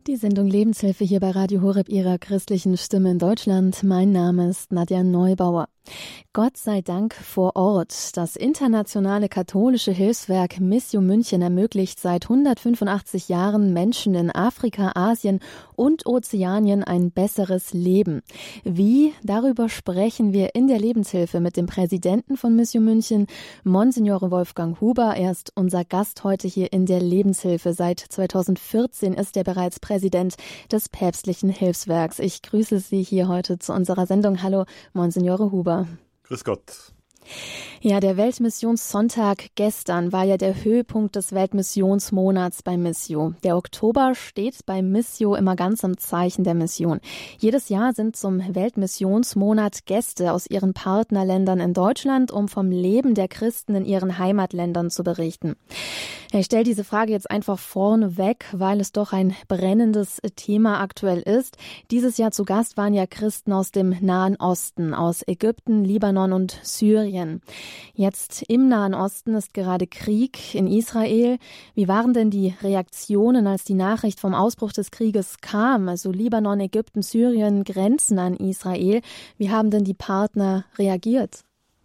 Die Sendung Lebenshilfe hier bei Radio Horeb, Ihrer christlichen Stimme in Deutschland. Mein Name ist Nadja Neubauer. Gott sei Dank vor Ort. Das internationale katholische Hilfswerk Missio München ermöglicht seit 185 Jahren Menschen in Afrika, Asien und Ozeanien ein besseres Leben. Wie? Darüber sprechen wir in der Lebenshilfe mit dem Präsidenten von Missio München, Monsignore Wolfgang Huber. Er ist unser Gast heute hier in der Lebenshilfe. Seit 2014 ist er bereits Präsident des päpstlichen Hilfswerks. Ich grüße Sie hier heute zu unserer Sendung. Hallo, Monsignore Huber. Grüß Gott. Ja, der Weltmissionssonntag gestern war ja der Höhepunkt des Weltmissionsmonats bei Missio. Der Oktober steht bei Missio immer ganz im Zeichen der Mission. Jedes Jahr sind zum Weltmissionsmonat Gäste aus ihren Partnerländern in Deutschland, um vom Leben der Christen in ihren Heimatländern zu berichten. Ich stelle diese Frage jetzt einfach vorneweg, weil es doch ein brennendes Thema aktuell ist. Dieses Jahr zu Gast waren ja Christen aus dem Nahen Osten, aus Ägypten, Libanon und Syrien. Jetzt im Nahen Osten ist gerade Krieg in Israel. Wie waren denn die Reaktionen, als die Nachricht vom Ausbruch des Krieges kam? Also Libanon, Ägypten, Syrien grenzen an Israel. Wie haben denn die Partner reagiert?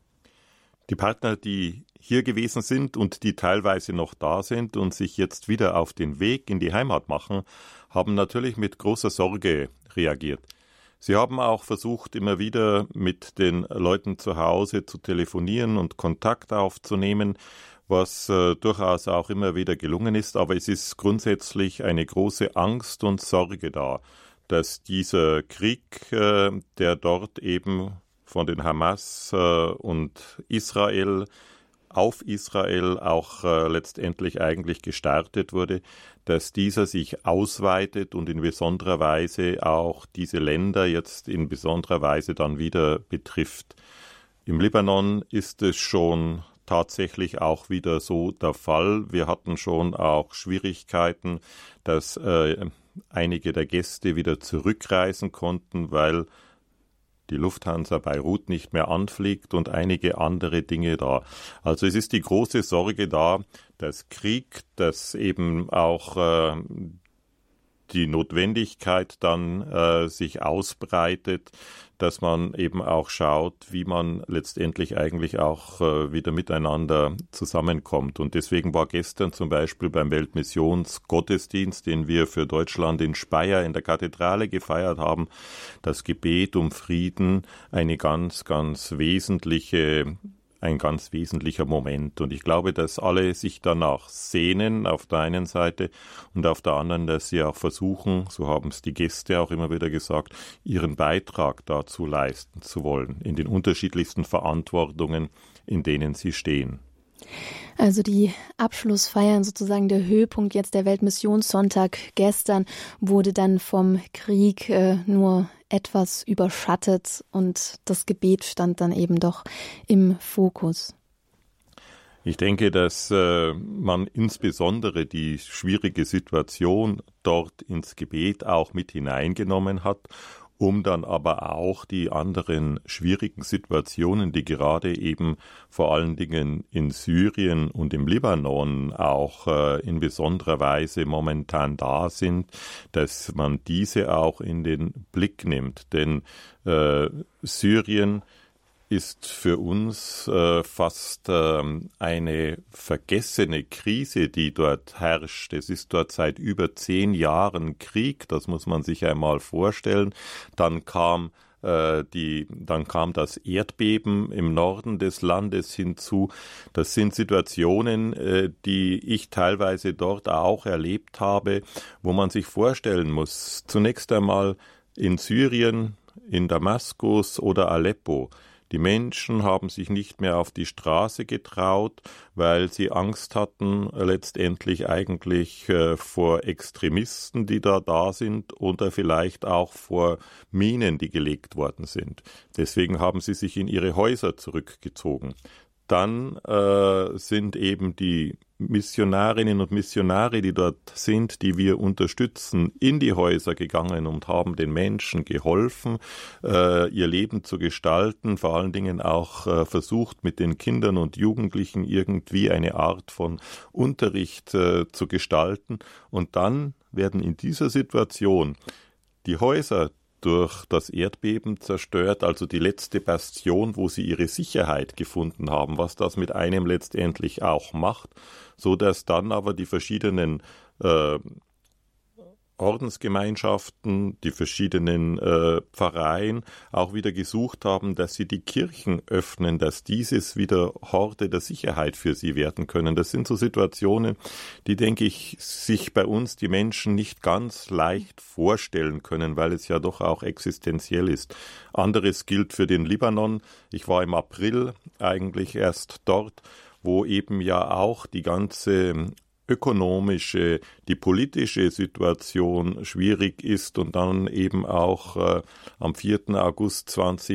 Die Partner, die hier gewesen sind und die teilweise noch da sind und sich jetzt wieder auf den Weg in die Heimat machen, haben natürlich mit großer Sorge reagiert. Sie haben auch versucht, immer wieder mit den Leuten zu Hause zu telefonieren und Kontakt aufzunehmen, was durchaus auch immer wieder gelungen ist. Aber es ist grundsätzlich eine große Angst und Sorge da, dass dieser Krieg, der dort eben von den Hamas und Israel auf Israel auch letztendlich eigentlich gestartet wurde, dass dieser sich ausweitet und in besonderer Weise auch diese Länder jetzt in besonderer Weise dann wieder betrifft. Im Libanon ist es schon tatsächlich auch wieder so der Fall. Wir hatten schon auch Schwierigkeiten, dass einige der Gäste wieder zurückreisen konnten, weil die Lufthansa Beirut nicht mehr anfliegt und einige andere Dinge da. Also es ist die große Sorge da, dass Krieg, dass eben auch die Notwendigkeit dann sich ausbreitet, dass man eben auch schaut, wie man letztendlich eigentlich auch wieder miteinander zusammenkommt. Und deswegen war gestern zum Beispiel beim Weltmissionsgottesdienst, den wir für Deutschland in Speyer in der Kathedrale gefeiert haben, das Gebet um Frieden ein ganz wesentlicher Moment. Und ich glaube, dass alle sich danach sehnen, auf der einen Seite, und auf der anderen, dass sie auch versuchen, so haben es die Gäste auch immer wieder gesagt, ihren Beitrag dazu leisten zu wollen, in den unterschiedlichsten Verantwortungen, in denen sie stehen. Also die Abschlussfeiern, sozusagen der Höhepunkt jetzt der Weltmissionssonntag gestern, wurde dann vom Krieg nur etwas überschattet und das Gebet stand dann eben doch im Fokus. Ich denke, dass man insbesondere die schwierige Situation dort ins Gebet auch mit hineingenommen hat, um dann aber auch die anderen schwierigen Situationen, die gerade eben vor allen Dingen in Syrien und im Libanon auch in besonderer Weise momentan da sind, dass man diese auch in den Blick nimmt. Denn Syrien ist für uns fast eine vergessene Krise, die dort herrscht. Es ist dort seit über 10 Jahren Krieg, das muss man sich einmal vorstellen. Dann kam das Erdbeben im Norden des Landes hinzu. Das sind Situationen, die ich teilweise dort auch erlebt habe, wo man sich vorstellen muss, zunächst einmal in Syrien, in Damaskus oder Aleppo. Die Menschen haben sich nicht mehr auf die Straße getraut, weil sie Angst hatten, letztendlich eigentlich vor Extremisten, die da sind, oder vielleicht auch vor Minen, die gelegt worden sind. Deswegen haben sie sich in ihre Häuser zurückgezogen. Dann sind eben die Missionarinnen und Missionare, die dort sind, die wir unterstützen, in die Häuser gegangen und haben den Menschen geholfen, ihr Leben zu gestalten, vor allen Dingen auch versucht, mit den Kindern und Jugendlichen irgendwie eine Art von Unterricht zu gestalten. Und dann werden in dieser Situation die Häuser durch das Erdbeben zerstört, also die letzte Bastion, wo sie ihre Sicherheit gefunden haben, was das mit einem letztendlich auch macht, so dass dann aber die verschiedenen Ordensgemeinschaften, die verschiedenen Pfarreien auch wieder gesucht haben, dass sie die Kirchen öffnen, dass dieses wieder Horde der Sicherheit für sie werden können. Das sind so Situationen, die, denke ich, sich bei uns die Menschen nicht ganz leicht vorstellen können, weil es ja doch auch existenziell ist. Anderes gilt für den Libanon. Ich war im April eigentlich erst dort, wo eben ja auch die ganze ökonomische, die politische Situation schwierig ist und dann eben auch am 4. August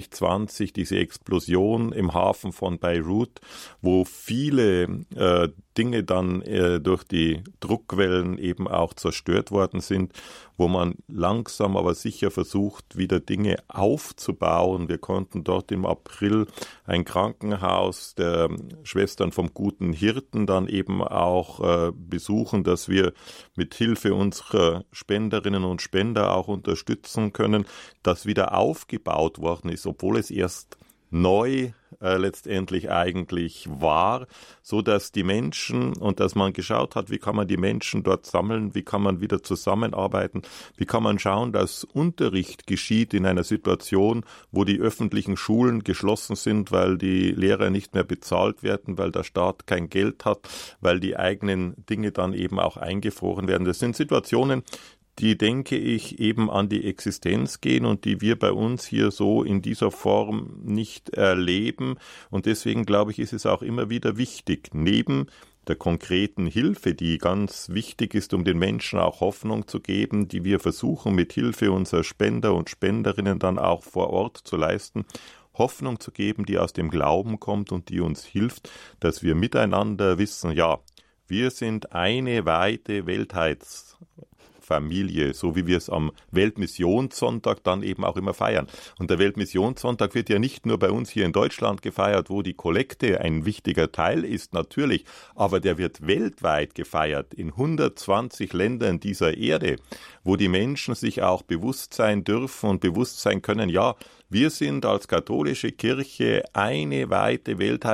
2020 diese Explosion im Hafen von Beirut, wo viele Dinge dann durch die Druckwellen eben auch zerstört worden sind, wo man langsam aber sicher versucht, wieder Dinge aufzubauen. Wir konnten dort im April ein Krankenhaus der Schwestern vom Guten Hirten dann eben auch besuchen, dass wir mit Hilfe unserer Spenderinnen und Spender auch unterstützen können, das wieder aufgebaut worden ist, obwohl es erst neu letztendlich eigentlich war, so dass die Menschen und dass man geschaut hat, wie kann man die Menschen dort sammeln, wie kann man wieder zusammenarbeiten, wie kann man schauen, dass Unterricht geschieht in einer Situation, wo die öffentlichen Schulen geschlossen sind, weil die Lehrer nicht mehr bezahlt werden, weil der Staat kein Geld hat, weil die eigenen Dinge dann eben auch eingefroren werden. Das sind Situationen, die, denke ich, eben an die Existenz gehen und die wir bei uns hier so in dieser Form nicht erleben. Und deswegen, glaube ich, ist es auch immer wieder wichtig, neben der konkreten Hilfe, die ganz wichtig ist, um den Menschen auch Hoffnung zu geben, die wir versuchen mit Hilfe unserer Spender und Spenderinnen dann auch vor Ort zu leisten, Hoffnung zu geben, die aus dem Glauben kommt und die uns hilft, dass wir miteinander wissen, ja, wir sind eine weite Weltheitsfamilie, so wie wir es am Weltmissionssonntag dann eben auch immer feiern. Und der Weltmissionssonntag wird ja nicht nur bei uns hier in Deutschland gefeiert, wo die Kollekte ein wichtiger Teil ist, natürlich, aber der wird weltweit gefeiert, in 120 Ländern dieser Erde, wo die Menschen sich auch bewusst sein dürfen und bewusst sein können, ja, wir sind als katholische Kirche eine weite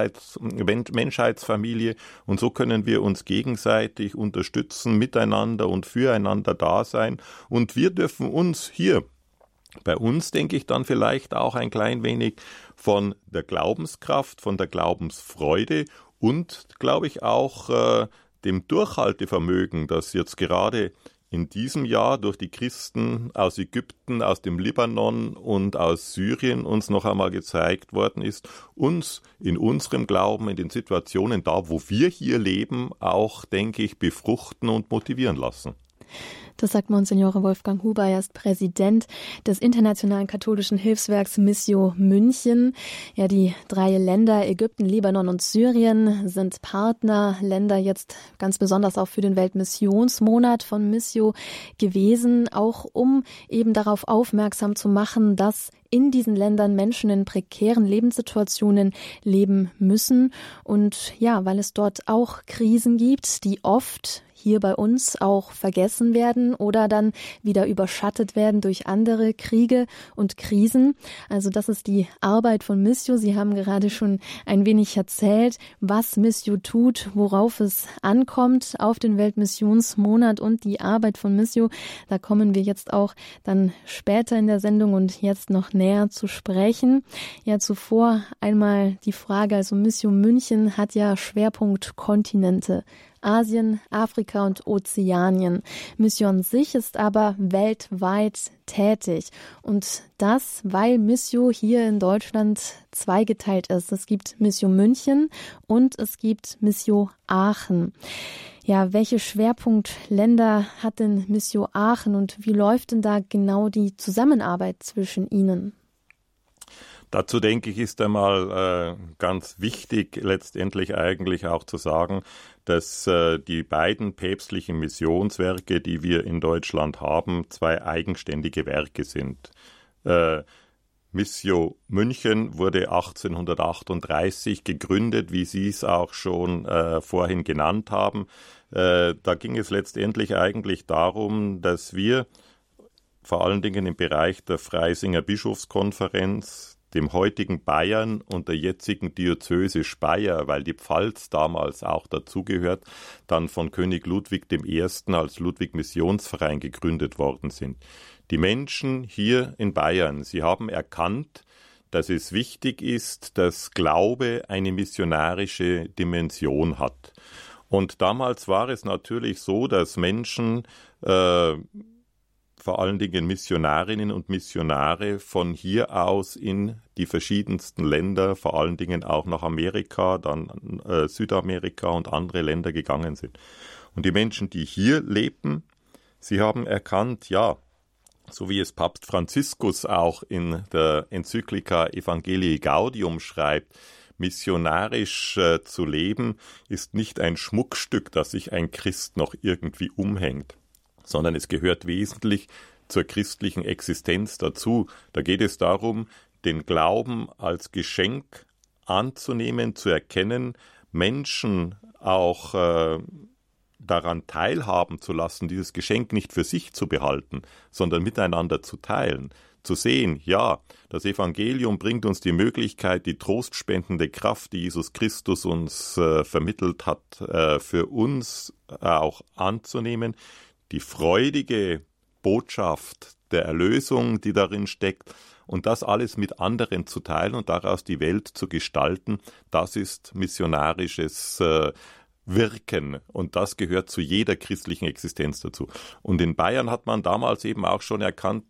Menschheitsfamilie und so können wir uns gegenseitig unterstützen, miteinander und füreinander da sein. Und wir dürfen uns hier, bei uns denke ich dann vielleicht auch ein klein wenig von der Glaubenskraft, von der Glaubensfreude und, glaube ich, auch dem Durchhaltevermögen, das jetzt gerade in diesem Jahr durch die Christen aus Ägypten, aus dem Libanon und aus Syrien uns noch einmal gezeigt worden ist, uns in unserem Glauben, in den Situationen da, wo wir hier leben, auch, denke ich, befruchten und motivieren lassen. Das sagt Monsignore Wolfgang Huber, er ist Präsident des Internationalen Katholischen Hilfswerks Missio München. Ja, die 3 Länder Ägypten, Libanon und Syrien sind Partnerländer jetzt ganz besonders auch für den Weltmissionsmonat von Missio gewesen, auch um eben darauf aufmerksam zu machen, dass in diesen Ländern Menschen in prekären Lebenssituationen leben müssen. Und ja, weil es dort auch Krisen gibt, die oft hier bei uns auch vergessen werden oder dann wieder überschattet werden durch andere Kriege und Krisen. Also das ist die Arbeit von Missio. Sie haben gerade schon ein wenig erzählt, was Missio tut, worauf es ankommt auf den Weltmissionsmonat und die Arbeit von Missio. Da kommen wir jetzt auch dann später in der Sendung und jetzt noch näher zu sprechen. Ja, zuvor einmal die Frage, also Missio München hat ja Schwerpunktkontinente. Asien, Afrika und Ozeanien. Missio an sich ist aber weltweit tätig. Und das, weil Missio hier in Deutschland zweigeteilt ist. Es gibt Missio München und es gibt Missio Aachen. Ja, welche Schwerpunktländer hat denn Missio Aachen und wie läuft denn da genau die Zusammenarbeit zwischen ihnen? Dazu denke ich, ist einmal ganz wichtig, letztendlich eigentlich auch zu sagen, dass die beiden päpstlichen Missionswerke, die wir in Deutschland haben, 2 eigenständige Werke sind. Missio München wurde 1838 gegründet, wie Sie es auch schon vorhin genannt haben. Da ging es letztendlich eigentlich darum, dass wir vor allen Dingen im Bereich der Freisinger Bischofskonferenz, dem heutigen Bayern und der jetzigen Diözese Speyer, weil die Pfalz damals auch dazugehört, dann von König Ludwig I. als Ludwig-Missionsverein gegründet worden sind. Die Menschen hier in Bayern, sie haben erkannt, dass es wichtig ist, dass Glaube eine missionarische Dimension hat. Und damals war es natürlich so, dass Menschen, vor allen Dingen Missionarinnen und Missionare, von hier aus in die verschiedensten Länder, vor allen Dingen auch nach Amerika, dann Südamerika und andere Länder gegangen sind. Und die Menschen, die hier lebten, sie haben erkannt, ja, so wie es Papst Franziskus auch in der Enzyklika Evangelii Gaudium schreibt, missionarisch zu leben ist nicht ein Schmuckstück, das sich ein Christ noch irgendwie umhängt, sondern es gehört wesentlich zur christlichen Existenz dazu. Da geht es darum, den Glauben als Geschenk anzunehmen, zu erkennen, Menschen auch daran teilhaben zu lassen, dieses Geschenk nicht für sich zu behalten, sondern miteinander zu teilen, zu sehen, ja, das Evangelium bringt uns die Möglichkeit, die trostspendende Kraft, die Jesus Christus uns vermittelt hat, für uns auch anzunehmen, die freudige Botschaft der Erlösung, die darin steckt, und das alles mit anderen zu teilen und daraus die Welt zu gestalten, das ist missionarisches Wirken, und das gehört zu jeder christlichen Existenz dazu. Und in Bayern hat man damals eben auch schon erkannt,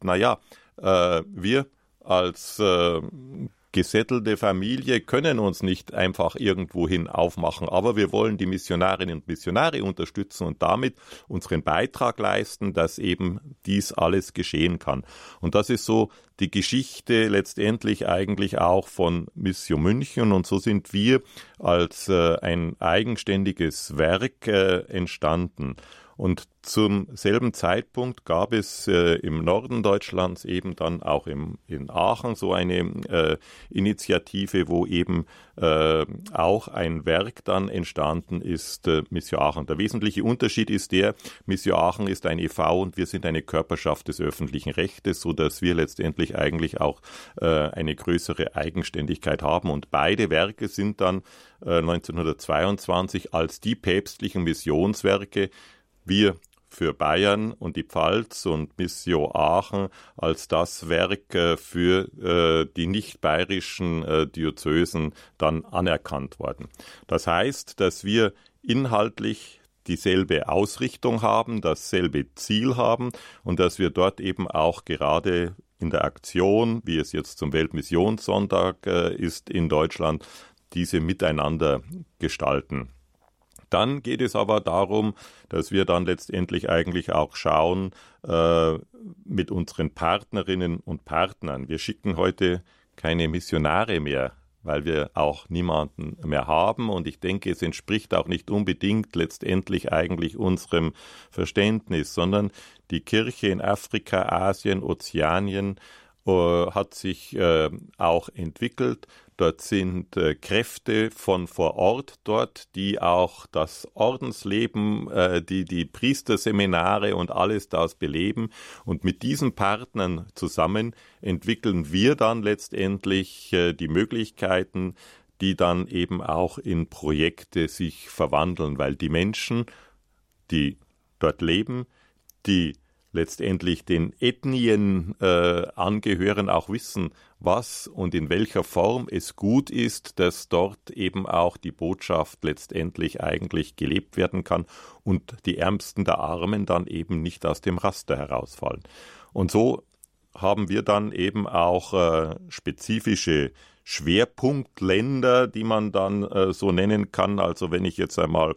wir als gesättelte Familie können uns nicht einfach irgendwohin aufmachen, aber wir wollen die Missionarinnen und Missionare unterstützen und damit unseren Beitrag leisten, dass eben dies alles geschehen kann. Und das ist so die Geschichte letztendlich eigentlich auch von Missio München, und so sind wir als ein eigenständiges Werk entstanden. Und zum selben Zeitpunkt gab es im Norden Deutschlands eben dann auch in Aachen so eine Initiative, wo eben auch ein Werk dann entstanden ist, Missio Aachen. Der wesentliche Unterschied ist der, Missio Aachen ist ein e.V. und wir sind eine Körperschaft des öffentlichen Rechtes, sodass wir letztendlich eigentlich auch eine größere Eigenständigkeit haben. Und beide Werke sind dann 1922 als die päpstlichen Missionswerke, wir für Bayern und die Pfalz und Missio Aachen als das Werk für die nicht bayerischen Diözesen dann anerkannt worden. Das heißt, dass wir inhaltlich dieselbe Ausrichtung haben, dasselbe Ziel haben und dass wir dort eben auch gerade in der Aktion, wie es jetzt zum Weltmissionssonntag ist in Deutschland, diese miteinander gestalten. Dann geht es aber darum, dass wir dann letztendlich eigentlich auch schauen mit unseren Partnerinnen und Partnern. Wir schicken heute keine Missionare mehr, weil wir auch niemanden mehr haben. Und ich denke, es entspricht auch nicht unbedingt letztendlich eigentlich unserem Verständnis, sondern die Kirche in Afrika, Asien, Ozeanien hat sich auch entwickelt. Dort sind Kräfte von vor Ort dort, die auch das Ordensleben, die Priesterseminare und alles das beleben. Und mit diesen Partnern zusammen entwickeln wir dann letztendlich die Möglichkeiten, die dann eben auch in Projekte sich verwandeln, weil die Menschen, die dort leben, die letztendlich den Ethnien angehören, auch wissen, was und in welcher Form es gut ist, dass dort eben auch die Botschaft letztendlich eigentlich gelebt werden kann und die Ärmsten der Armen dann eben nicht aus dem Raster herausfallen. Und so haben wir dann eben auch spezifische Schwerpunktländer, die man dann so nennen kann. Also wenn ich jetzt einmal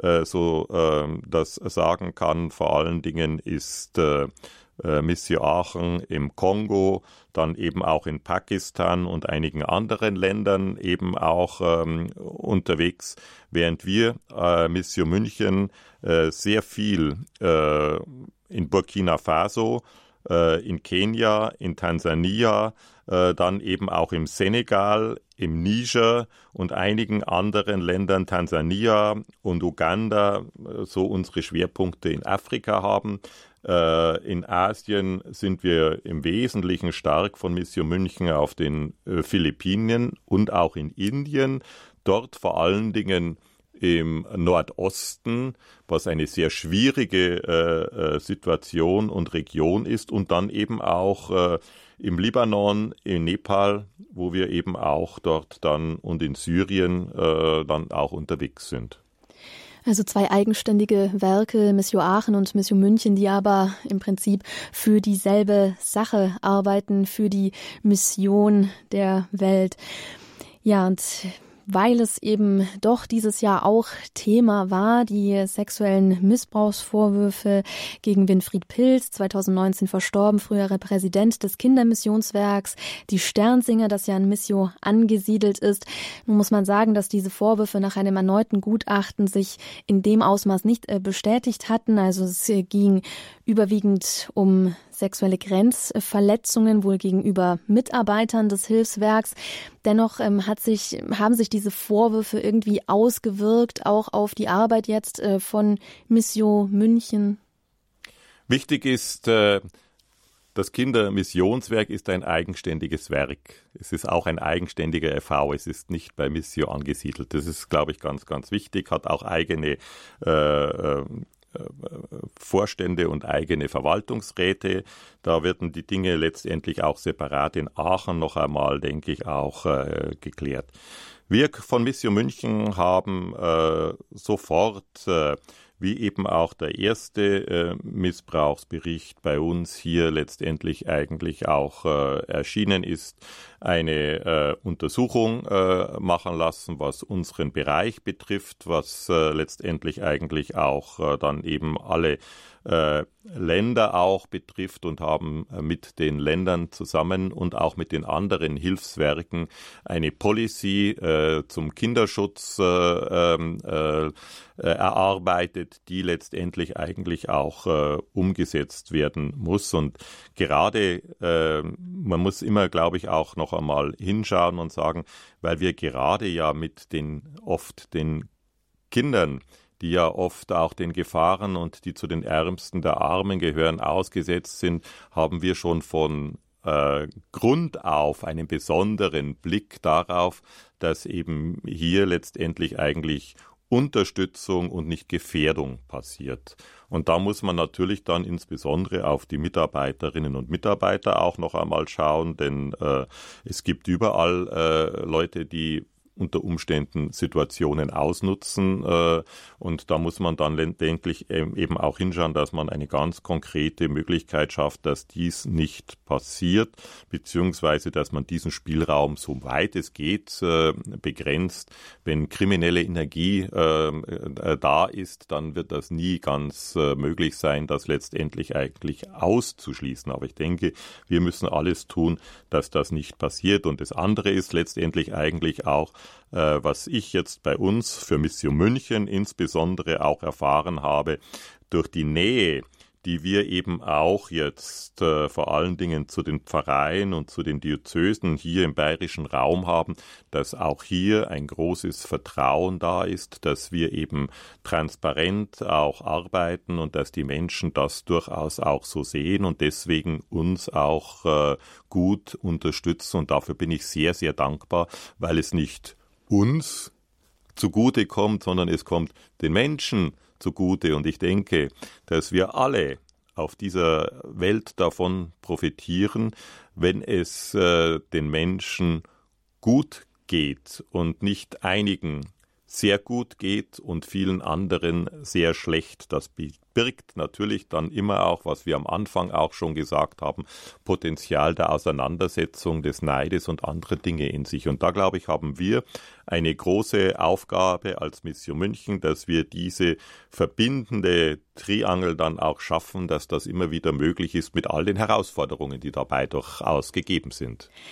das sagen kann, vor allen Dingen ist Missio Aachen im Kongo, dann eben auch in Pakistan und einigen anderen Ländern eben auch unterwegs, während wir Missio München sehr viel in Burkina Faso, in Kenia, in Tansania, dann eben auch im Senegal, im Niger und einigen anderen Ländern, Tansania und Uganda, so unsere Schwerpunkte in Afrika haben. In Asien sind wir im Wesentlichen stark von Mission München auf den Philippinen und auch in Indien. Dort vor allen Dingen im Nordosten, was eine sehr schwierige Situation und Region ist, und dann eben auch im Libanon, in Nepal, wo wir eben auch dort dann und in Syrien dann auch unterwegs sind. Also 2 eigenständige Werke, Missio Aachen und Missio München, die aber im Prinzip für dieselbe Sache arbeiten, für die Mission der Welt. Ja, und weil es eben doch dieses Jahr auch Thema war, die sexuellen Missbrauchsvorwürfe gegen Winfried Pilz, 2019 verstorben, früherer Präsident des Kindermissionswerks, die Sternsinger, das ja in Missio angesiedelt ist. Nun muss man sagen, dass diese Vorwürfe nach einem erneuten Gutachten sich in dem Ausmaß nicht bestätigt hatten. Also es ging überwiegend um sexuelle Grenzverletzungen, wohl gegenüber Mitarbeitern des Hilfswerks. Dennoch haben sich diese Vorwürfe irgendwie ausgewirkt, auch auf die Arbeit jetzt von Missio München. Wichtig ist, das Kindermissionswerk ist ein eigenständiges Werk. Es ist auch ein eigenständiger e.V., es ist nicht bei Missio angesiedelt. Das ist, glaube ich, ganz, ganz wichtig, hat auch eigene Vorstände und eigene Verwaltungsräte. Da werden die Dinge letztendlich auch separat in Aachen noch einmal, denke ich, auch geklärt. Wir von Missio München haben sofort, wie eben auch der erste Missbrauchsbericht bei uns hier letztendlich eigentlich auch erschienen ist, eine Untersuchung machen lassen, was unseren Bereich betrifft, was letztendlich eigentlich auch dann eben alle Länder auch betrifft, und haben mit den Ländern zusammen und auch mit den anderen Hilfswerken eine Policy zum Kinderschutz erarbeitet, die letztendlich eigentlich auch umgesetzt werden muss. Und gerade, man muss immer, glaube ich, auch noch einmal hinschauen und sagen, weil wir gerade ja mit den Kindern, die ja oft auch den Gefahren und die zu den Ärmsten der Armen gehören, ausgesetzt sind, haben wir schon von Grund auf einen besonderen Blick darauf, dass eben hier letztendlich eigentlich Unterstützung und nicht Gefährdung passiert. Und da muss man natürlich dann insbesondere auf die Mitarbeiterinnen und Mitarbeiter auch noch einmal schauen, denn es gibt überall Leute, die unter Umständen Situationen ausnutzen, und da muss man dann letztendlich eben auch hinschauen, dass man eine ganz konkrete Möglichkeit schafft, dass dies nicht passiert, beziehungsweise dass man diesen Spielraum, so weit es geht, begrenzt. Wenn kriminelle Energie da ist, dann wird das nie ganz möglich sein, das letztendlich eigentlich auszuschließen. Aber ich denke, wir müssen alles tun, dass das nicht passiert. Und das andere ist letztendlich eigentlich auch, was ich jetzt bei uns für Missio München insbesondere auch erfahren habe, durch die Nähe, die wir eben auch jetzt vor allen Dingen zu den Pfarreien und zu den Diözesen hier im bayerischen Raum haben, dass auch hier ein großes Vertrauen da ist, dass wir eben transparent auch arbeiten und dass die Menschen das durchaus auch so sehen und deswegen uns auch gut unterstützen. Und dafür bin ich sehr, sehr dankbar, weil es nicht uns zugute kommt, sondern es kommt den Menschen zugute. Und ich denke, dass wir alle auf dieser Welt davon profitieren, wenn es den Menschen gut geht und nicht einigen sehr gut geht und vielen anderen sehr schlecht. Das birgt natürlich dann immer auch, was wir am Anfang auch schon gesagt haben, Potenzial der Auseinandersetzung, des Neides und andere Dinge in sich. Und da, glaube ich, haben wir eine große Aufgabe als Missio München, dass wir diese verbindende Triangel dann auch schaffen, dass das immer wieder möglich ist mit all den Herausforderungen, die dabei durchaus gegeben sind.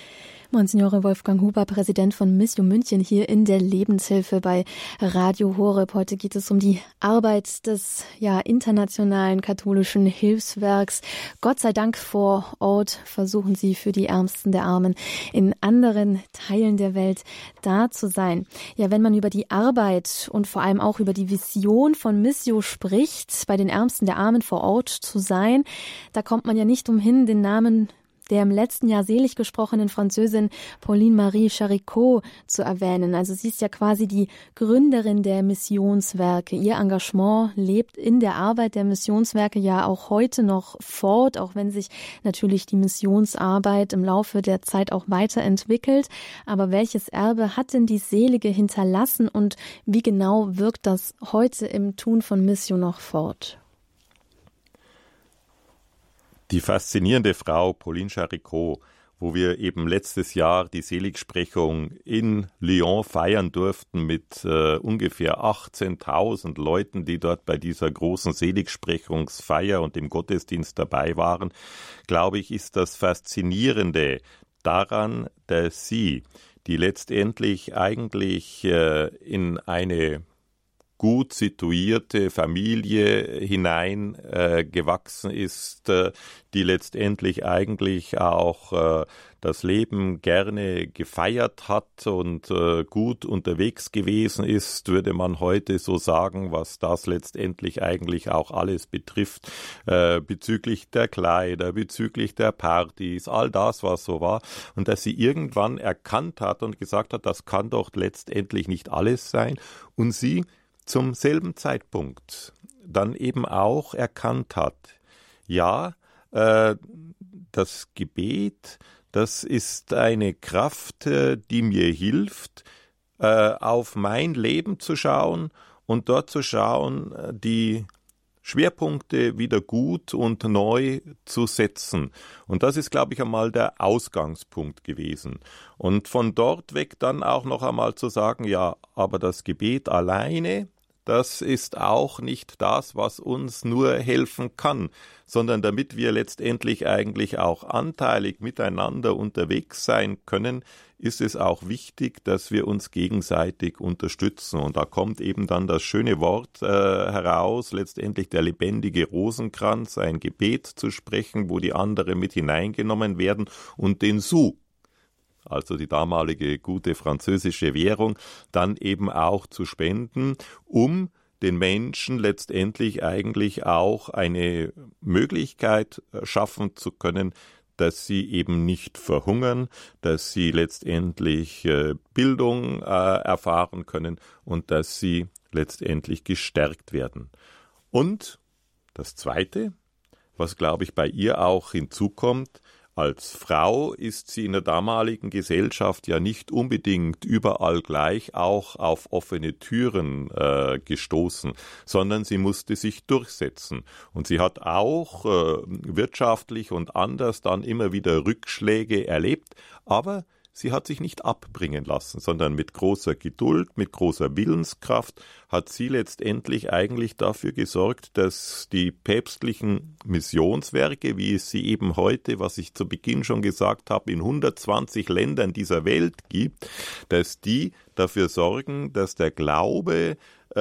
Monsignore Wolfgang Huber, Präsident von Missio München, hier in der Lebenshilfe bei Radio Horeb. Heute geht es um die Arbeit des internationalen katholischen Hilfswerks. Gott sei Dank vor Ort versuchen Sie für die Ärmsten der Armen in anderen Teilen der Welt da zu sein. Ja, wenn man über die Arbeit und vor allem auch über die Vision von Missio spricht, bei den Ärmsten der Armen vor Ort zu sein, da kommt man ja nicht umhin, den Namen der im letzten Jahr selig gesprochenen Französin Pauline Marie Charicot zu erwähnen. Also sie ist ja quasi die Gründerin der Missionswerke. Ihr Engagement lebt in der Arbeit der Missionswerke ja auch heute noch fort, auch wenn sich natürlich die Missionsarbeit im Laufe der Zeit auch weiterentwickelt. Aber welches Erbe hat denn die Selige hinterlassen und wie genau wirkt das heute im Tun von Missio noch fort? Die faszinierende Frau Pauline Charicot, wo wir eben letztes Jahr die Seligsprechung in Lyon feiern durften mit ungefähr 18.000 Leuten, die dort bei dieser großen Seligsprechungsfeier und dem Gottesdienst dabei waren, glaube ich, ist das Faszinierende daran, dass sie, die letztendlich eigentlich in eine gut situierte Familie hineingewachsen ist, die letztendlich eigentlich auch das Leben gerne gefeiert hat und gut unterwegs gewesen ist, würde man heute so sagen, was das letztendlich eigentlich auch alles betrifft, bezüglich der Kleider, bezüglich der Partys, all das, was so war, und dass sie irgendwann erkannt hat und gesagt hat, das kann doch letztendlich nicht alles sein, und sie zum selben Zeitpunkt dann eben auch erkannt hat, ja, das Gebet, das ist eine Kraft, die mir hilft, auf mein Leben zu schauen und dort zu schauen, die Schwerpunkte wieder gut und neu zu setzen. Und das ist, glaube ich, einmal der Ausgangspunkt gewesen. Und von dort weg dann auch noch einmal zu sagen, ja, aber das Gebet alleine, das ist auch nicht das, was uns nur helfen kann, sondern damit wir letztendlich eigentlich auch anteilig miteinander unterwegs sein können, ist es auch wichtig, dass wir uns gegenseitig unterstützen. Und da kommt eben dann das schöne Wort heraus, letztendlich der lebendige Rosenkranz, ein Gebet zu sprechen, wo die anderen mit hineingenommen werden, und den Sou, also die damalige gute französische Währung, dann eben auch zu spenden, um den Menschen letztendlich eigentlich auch eine Möglichkeit schaffen zu können, dass sie eben nicht verhungern, dass sie letztendlich Bildung erfahren können und dass sie letztendlich gestärkt werden. Und das Zweite, was, glaube ich, bei ihr auch hinzukommt, als Frau ist sie in der damaligen Gesellschaft ja nicht unbedingt überall gleich auch auf offene Türen gestoßen, sondern sie musste sich durchsetzen. Und sie hat auch wirtschaftlich und anders dann immer wieder Rückschläge erlebt, aber sie hat sich nicht abbringen lassen, sondern mit großer Geduld, mit großer Willenskraft hat sie letztendlich eigentlich dafür gesorgt, dass die päpstlichen Missionswerke, wie es sie eben heute, was ich zu Beginn schon gesagt habe, in 120 Ländern dieser Welt gibt, dass die dafür sorgen, dass der Glaube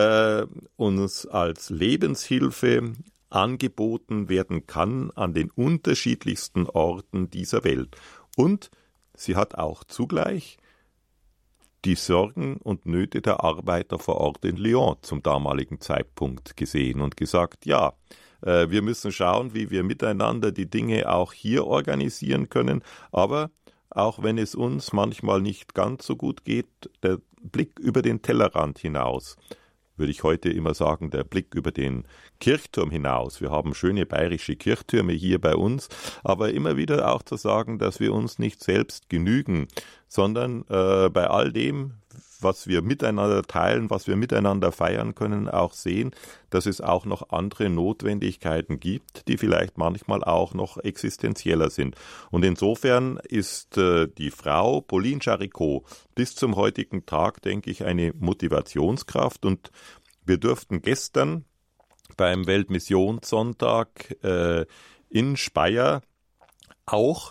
uns als Lebenshilfe angeboten werden kann an den unterschiedlichsten Orten dieser Welt. Und sie hat auch zugleich die Sorgen und Nöte der Arbeiter vor Ort in Lyon zum damaligen Zeitpunkt gesehen und gesagt, ja, wir müssen schauen, wie wir miteinander die Dinge auch hier organisieren können, aber auch wenn es uns manchmal nicht ganz so gut geht, der Blick über den Tellerrand hinaus, würde ich heute immer sagen, der Blick über den Kirchturm hinaus. Wir haben schöne bayerische Kirchtürme hier bei uns, aber immer wieder auch zu sagen, dass wir uns nicht selbst genügen, sondern bei all dem, was wir miteinander teilen, was wir miteinander feiern können, auch sehen, dass es auch noch andere Notwendigkeiten gibt, die vielleicht manchmal auch noch existenzieller sind. Und insofern ist die Frau Pauline Charicot bis zum heutigen Tag, denke ich, eine Motivationskraft. Und wir durften gestern beim Weltmissionssonntag in Speyer auch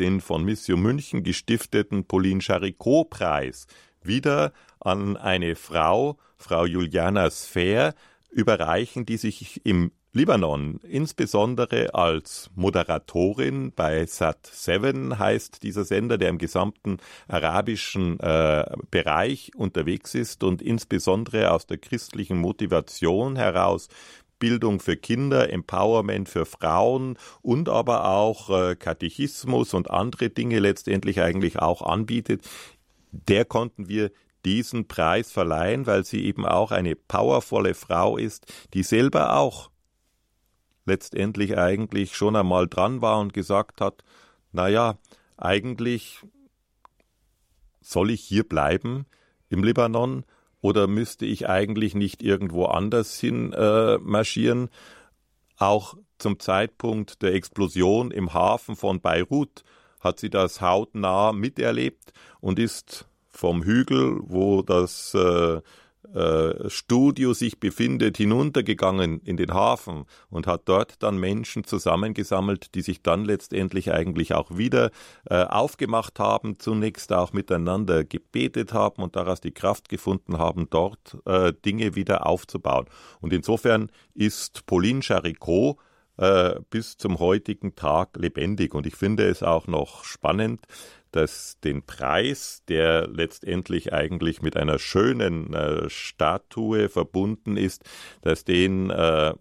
den von Missio München gestifteten Pauline-Charicot-Preis wieder an eine Frau Juliana Sfer, überreichen, die sich im Libanon insbesondere als Moderatorin bei Sat7 heißt dieser Sender, der im gesamten arabischen Bereich unterwegs ist und insbesondere aus der christlichen Motivation heraus Bildung für Kinder, Empowerment für Frauen und aber auch Katechismus und andere Dinge letztendlich eigentlich auch anbietet. Der konnten wir diesen Preis verleihen, weil sie eben auch eine powervolle Frau ist, die selber auch letztendlich eigentlich schon einmal dran war und gesagt hat, naja, eigentlich soll ich hier bleiben im Libanon oder müsste ich eigentlich nicht irgendwo anders hin marschieren? Auch zum Zeitpunkt der Explosion im Hafen von Beirut hat sie das hautnah miterlebt und ist vom Hügel, wo das Studio sich befindet, hinuntergegangen in den Hafen und hat dort dann Menschen zusammengesammelt, die sich dann letztendlich eigentlich auch wieder aufgemacht haben, zunächst auch miteinander gebetet haben und daraus die Kraft gefunden haben, dort Dinge wieder aufzubauen. Und insofern ist Pauline Charicot bis zum heutigen Tag lebendig. Und ich finde es auch noch spannend, dass den Preis, der letztendlich eigentlich mit einer schönen Statue verbunden ist, dass den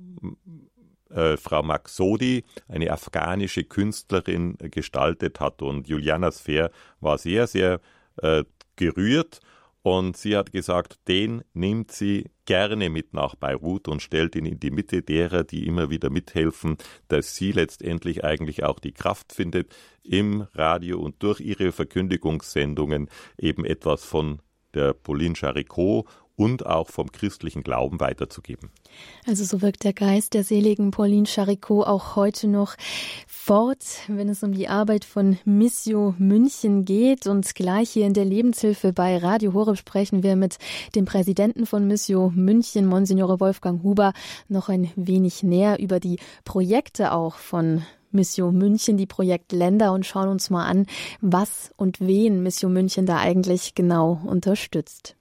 Frau Maksodi, eine afghanische Künstlerin, gestaltet hat. Und Juliana Sfer war sehr, sehr gerührt. Und sie hat gesagt, den nimmt sie gerne mit nach Beirut und stellt ihn in die Mitte derer, die immer wieder mithelfen, dass sie letztendlich eigentlich auch die Kraft findet, im Radio und durch ihre Verkündigungssendungen eben etwas von der Pauline Charicot und auch vom christlichen Glauben weiterzugeben. Also so wirkt der Geist der seligen Pauline Charicot auch heute noch fort, wenn es um die Arbeit von Missio München geht. Und gleich hier in der Lebenshilfe bei Radio Horeb sprechen wir mit dem Präsidenten von Missio München, Monsignore Wolfgang Huber, noch ein wenig näher über die Projekte auch von Missio München, die Projektländer, und schauen uns mal an, was und wen Missio München da eigentlich genau unterstützt.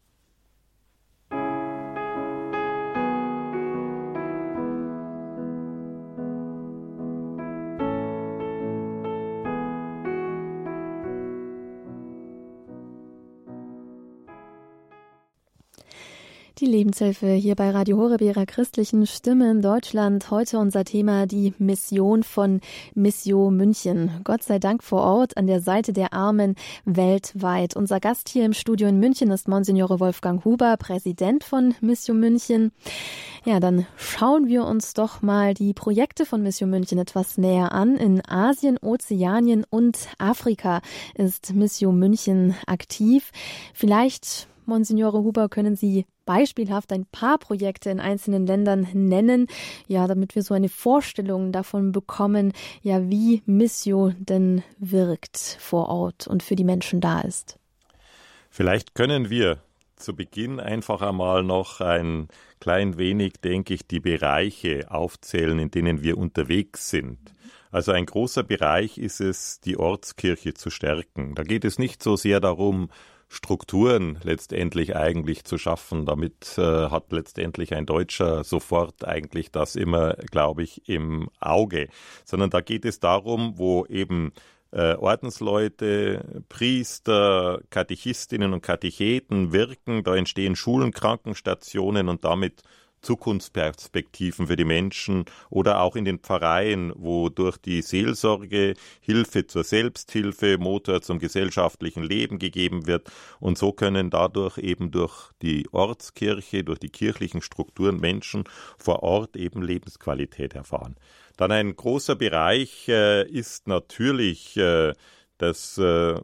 Die Lebenshilfe hier bei Radio Horeb, ihrer christlichen Stimme in Deutschland. Heute unser Thema, die Mission von Missio München. Gott sei Dank vor Ort an der Seite der Armen weltweit. Unser Gast hier im Studio in München ist Monsignore Wolfgang Huber, Präsident von Missio München. Ja, dann schauen wir uns doch mal die Projekte von Missio München etwas näher an. In Asien, Ozeanien und Afrika ist Missio München aktiv. Vielleicht, Monsignore Huber, können Sie beispielhaft ein paar Projekte in einzelnen Ländern nennen, ja, damit wir so eine Vorstellung davon bekommen, ja, wie Missio denn wirkt vor Ort und für die Menschen da ist. Vielleicht können wir zu Beginn einfach einmal noch ein klein wenig, denke ich, die Bereiche aufzählen, in denen wir unterwegs sind. Also ein großer Bereich ist es, die Ortskirche zu stärken. Da geht es nicht so sehr darum, Strukturen letztendlich eigentlich zu schaffen. Damit hat letztendlich ein Deutscher sofort eigentlich das immer, glaube ich, im Auge. Sondern da geht es darum, wo eben Ordensleute, Priester, Katechistinnen und Katecheten wirken. Da entstehen Schulen, Krankenstationen und damit Zukunftsperspektiven für die Menschen oder auch in den Pfarreien, wo durch die Seelsorge Hilfe zur Selbsthilfe, Motor zum gesellschaftlichen Leben gegeben wird. Und so können dadurch eben durch die Ortskirche, durch die kirchlichen Strukturen Menschen vor Ort eben Lebensqualität erfahren. Dann ein großer Bereich ist natürlich, dass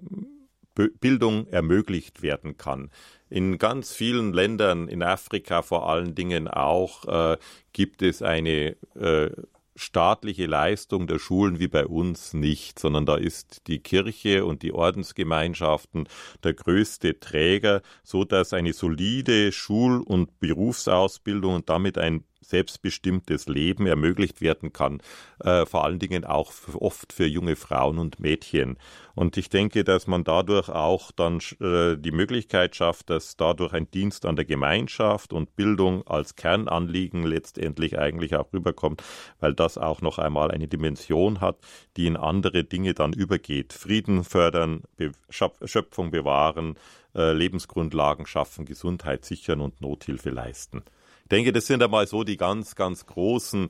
Bildung ermöglicht werden kann. In ganz vielen Ländern, in Afrika vor allen Dingen auch, gibt es eine staatliche Leistung der Schulen wie bei uns nicht, sondern da ist die Kirche und die Ordensgemeinschaften der größte Träger, so dass eine solide Schul- und Berufsausbildung und damit ein selbstbestimmtes Leben ermöglicht werden kann, vor allen Dingen auch oft für junge Frauen und Mädchen. Und ich denke, dass man dadurch auch dann die Möglichkeit schafft, dass dadurch ein Dienst an der Gemeinschaft und Bildung als Kernanliegen letztendlich eigentlich auch rüberkommt, weil das auch noch einmal eine Dimension hat, die in andere Dinge dann übergeht. Frieden fördern, Schöpfung bewahren, Lebensgrundlagen schaffen, Gesundheit sichern und Nothilfe leisten. Ich denke, das sind einmal so die ganz, ganz großen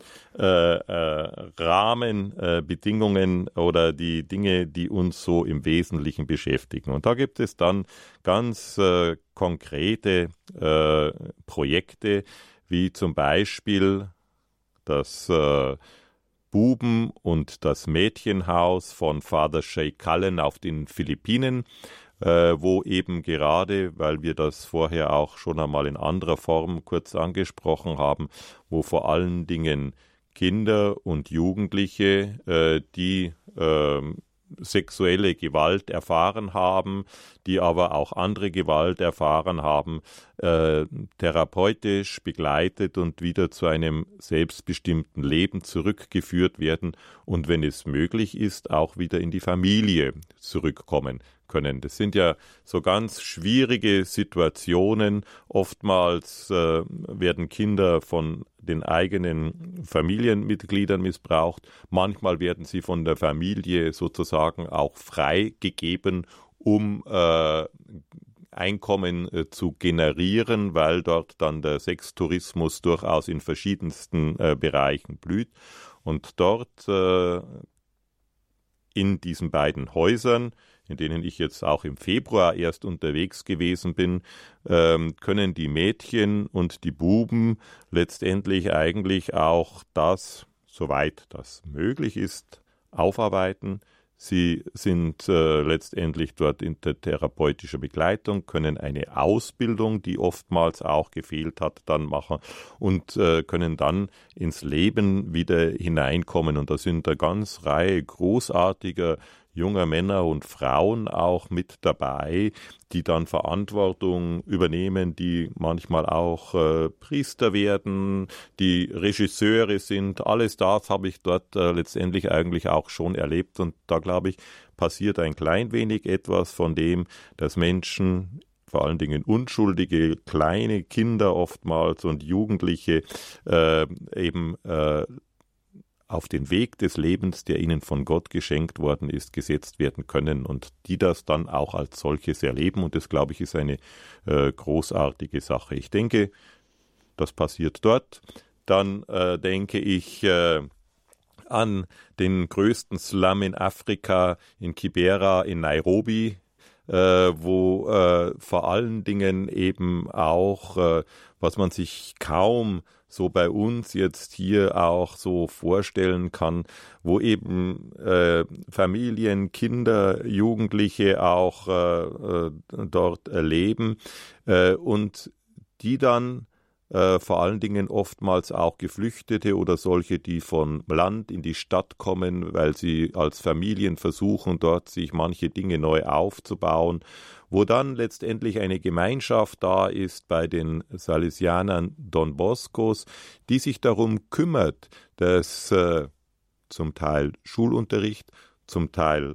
Rahmenbedingungen oder die Dinge, die uns so im Wesentlichen beschäftigen. Und da gibt es dann ganz konkrete Projekte, wie zum Beispiel das Buben- und das Mädchenhaus von Father Shay Cullen auf den Philippinen, wo eben gerade, weil wir das vorher auch schon einmal in anderer Form kurz angesprochen haben, wo vor allen Dingen Kinder und Jugendliche, die sexuelle Gewalt erfahren haben, die aber auch andere Gewalt erfahren haben, therapeutisch begleitet und wieder zu einem selbstbestimmten Leben zurückgeführt werden und wenn es möglich ist, auch wieder in die Familie zurückkommen können. Das sind ja so ganz schwierige Situationen. Oftmals werden Kinder von den eigenen Familienmitgliedern missbraucht. Manchmal werden sie von der Familie sozusagen auch freigegeben, um Einkommen zu generieren, weil dort dann der Sextourismus durchaus in verschiedensten Bereichen blüht. Und dort in diesen beiden Häusern, in denen ich jetzt auch im Februar erst unterwegs gewesen bin, können die Mädchen und die Buben letztendlich eigentlich auch das, soweit das möglich ist, aufarbeiten. Sie sind letztendlich dort in der therapeutischen Begleitung, können eine Ausbildung, die oftmals auch gefehlt hat, dann machen und können dann ins Leben wieder hineinkommen. Und da sind eine ganze Reihe großartiger junger Männer und Frauen auch mit dabei, die dann Verantwortung übernehmen, die manchmal auch Priester werden, die Regisseure sind. Alles das habe ich dort letztendlich eigentlich auch schon erlebt. Und da, glaube ich, passiert ein klein wenig etwas von dem, dass Menschen, vor allen Dingen unschuldige, kleine Kinder oftmals und Jugendliche eben auf den Weg des Lebens, der ihnen von Gott geschenkt worden ist, gesetzt werden können und die das dann auch als solches erleben. Und das, glaube ich, ist eine großartige Sache. Ich denke, das passiert dort. Dann denke ich an den größten Slum in Afrika, in Kibera, in Nairobi, wo vor allen Dingen eben auch, was man sich kaum so bei uns jetzt hier auch so vorstellen kann, wo eben Familien, Kinder, Jugendliche auch dort leben und die dann vor allen Dingen oftmals auch Geflüchtete oder solche, die von Land in die Stadt kommen, weil sie als Familien versuchen, dort sich manche Dinge neu aufzubauen, wo dann letztendlich eine Gemeinschaft da ist bei den Salesianern Don Boscos, die sich darum kümmert, dass zum Teil Schulunterricht, zum Teil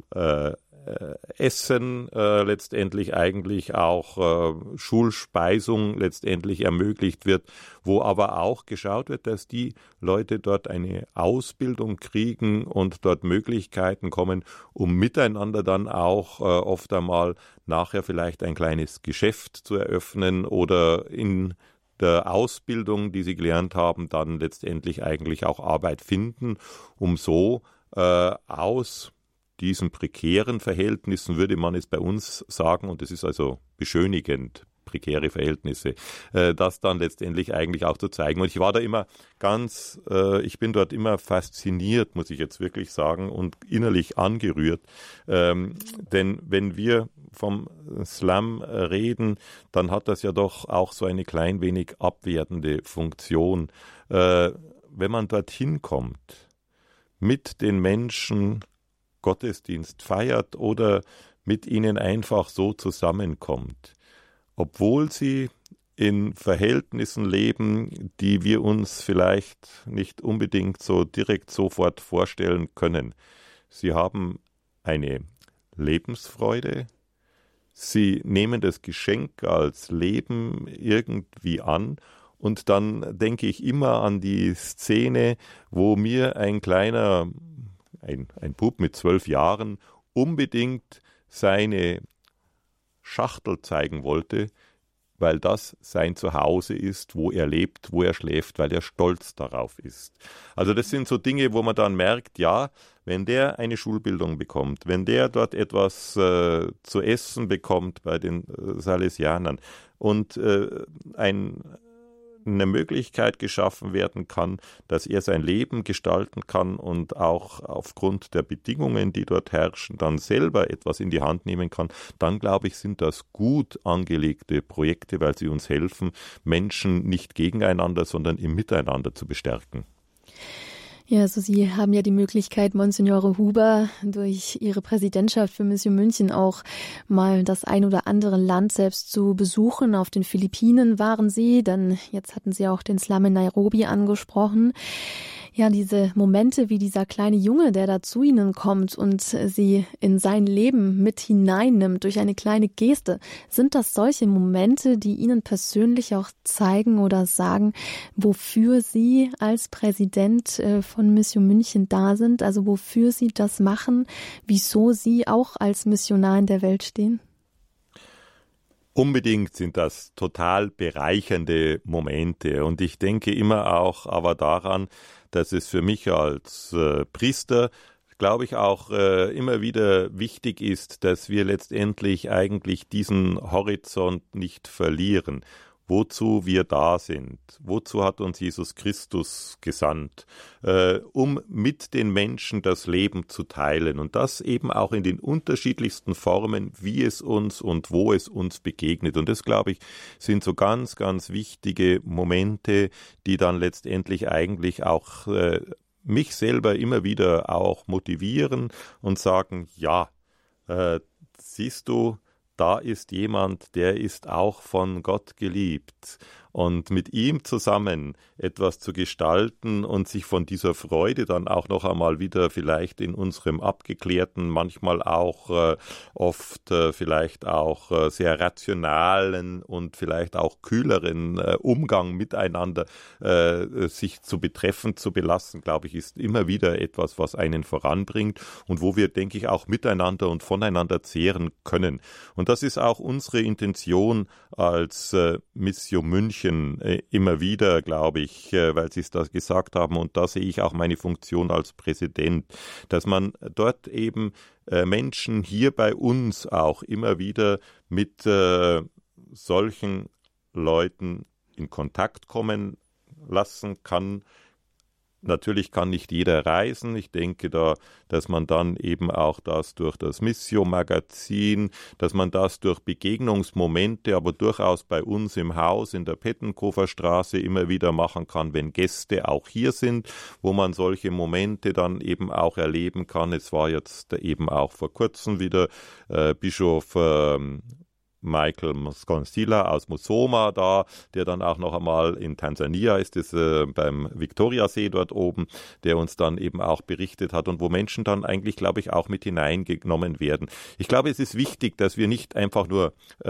Essen letztendlich eigentlich auch Schulspeisung letztendlich ermöglicht wird, wo aber auch geschaut wird, dass die Leute dort eine Ausbildung kriegen und dort Möglichkeiten kommen, um miteinander dann auch oft einmal nachher vielleicht ein kleines Geschäft zu eröffnen oder in der Ausbildung, die sie gelernt haben, dann letztendlich eigentlich auch Arbeit finden, um so aus diesen prekären Verhältnissen, würde man es bei uns sagen, und das ist also beschönigend, prekäre Verhältnisse, das dann letztendlich eigentlich auch zu zeigen. Und ich war da immer ich bin dort immer fasziniert, muss ich jetzt wirklich sagen, und innerlich angerührt. Denn wenn wir vom Slum reden, dann hat das ja doch auch so eine klein wenig abwertende Funktion. Wenn man dorthin kommt, mit den Menschen Gottesdienst feiert oder mit ihnen einfach so zusammenkommt, obwohl sie in Verhältnissen leben, die wir uns vielleicht nicht unbedingt so direkt sofort vorstellen können. Sie haben eine Lebensfreude, sie nehmen das Geschenk als Leben irgendwie an. Und dann denke ich immer an die Szene, wo mir ein Bub mit 12 Jahren unbedingt seine Schachtel zeigen wollte, weil das sein Zuhause ist, wo er lebt, wo er schläft, weil er stolz darauf ist. Also das sind so Dinge, wo man dann merkt, ja, wenn der eine Schulbildung bekommt, wenn der dort etwas zu essen bekommt bei den Salesianern und eine Möglichkeit geschaffen werden kann, dass er sein Leben gestalten kann und auch aufgrund der Bedingungen, die dort herrschen, dann selber etwas in die Hand nehmen kann, dann glaube ich, sind das gut angelegte Projekte, weil sie uns helfen, Menschen nicht gegeneinander, sondern im Miteinander zu bestärken. Ja, also Sie haben ja die Möglichkeit, Monsignore Huber, durch Ihre Präsidentschaft für Mission München auch mal das ein oder andere Land selbst zu besuchen. Auf den Philippinen waren Sie, dann jetzt hatten Sie auch den Slum in Nairobi angesprochen. Ja, diese Momente wie dieser kleine Junge, der da zu Ihnen kommt und Sie in sein Leben mit hineinnimmt durch eine kleine Geste. Sind das solche Momente, die Ihnen persönlich auch zeigen oder sagen, wofür Sie als Präsident von Mission München da sind? Also wofür Sie das machen? Wieso Sie auch als Missionar in der Welt stehen? Unbedingt sind das total bereichernde Momente und ich denke immer auch aber daran, dass es für mich als Priester, glaube ich, auch immer wieder wichtig ist, dass wir letztendlich eigentlich diesen Horizont nicht verlieren. Wozu wir da sind, wozu hat uns Jesus Christus gesandt, um mit den Menschen das Leben zu teilen und das eben auch in den unterschiedlichsten Formen, wie es uns und wo es uns begegnet. Und das, glaube ich, sind so ganz, ganz wichtige Momente, die dann letztendlich eigentlich auch mich selber immer wieder auch motivieren und sagen, ja, siehst du, da ist jemand, der ist auch von Gott geliebt. Und mit ihm zusammen etwas zu gestalten und sich von dieser Freude dann auch noch einmal wieder vielleicht in unserem abgeklärten, manchmal auch oft vielleicht auch sehr rationalen und vielleicht auch kühleren Umgang miteinander sich zu betreffen, zu belassen, glaube ich, ist immer wieder etwas, was einen voranbringt und wo wir, denke ich, auch miteinander und voneinander zehren können. Und das ist auch unsere Intention als Mission München immer wieder, glaube ich, weil Sie es da gesagt haben, und da sehe ich auch meine Funktion als Präsident, dass man dort eben Menschen hier bei uns auch immer wieder mit solchen Leuten in Kontakt kommen lassen kann. Natürlich kann nicht jeder reisen. Ich denke da, dass man dann eben auch das durch das Missio-Magazin, dass man das durch Begegnungsmomente, aber durchaus bei uns im Haus in der Pettenkofer Straße immer wieder machen kann, wenn Gäste auch hier sind, wo man solche Momente dann eben auch erleben kann. Es war jetzt eben auch vor kurzem wieder Bischof Michael Msconzila aus Musoma da, der dann auch noch einmal in Tansania ist, beim Viktoriasee dort oben, der uns dann eben auch berichtet hat und wo Menschen dann eigentlich, glaube ich, auch mit hineingenommen werden. Ich glaube, es ist wichtig, dass wir nicht einfach nur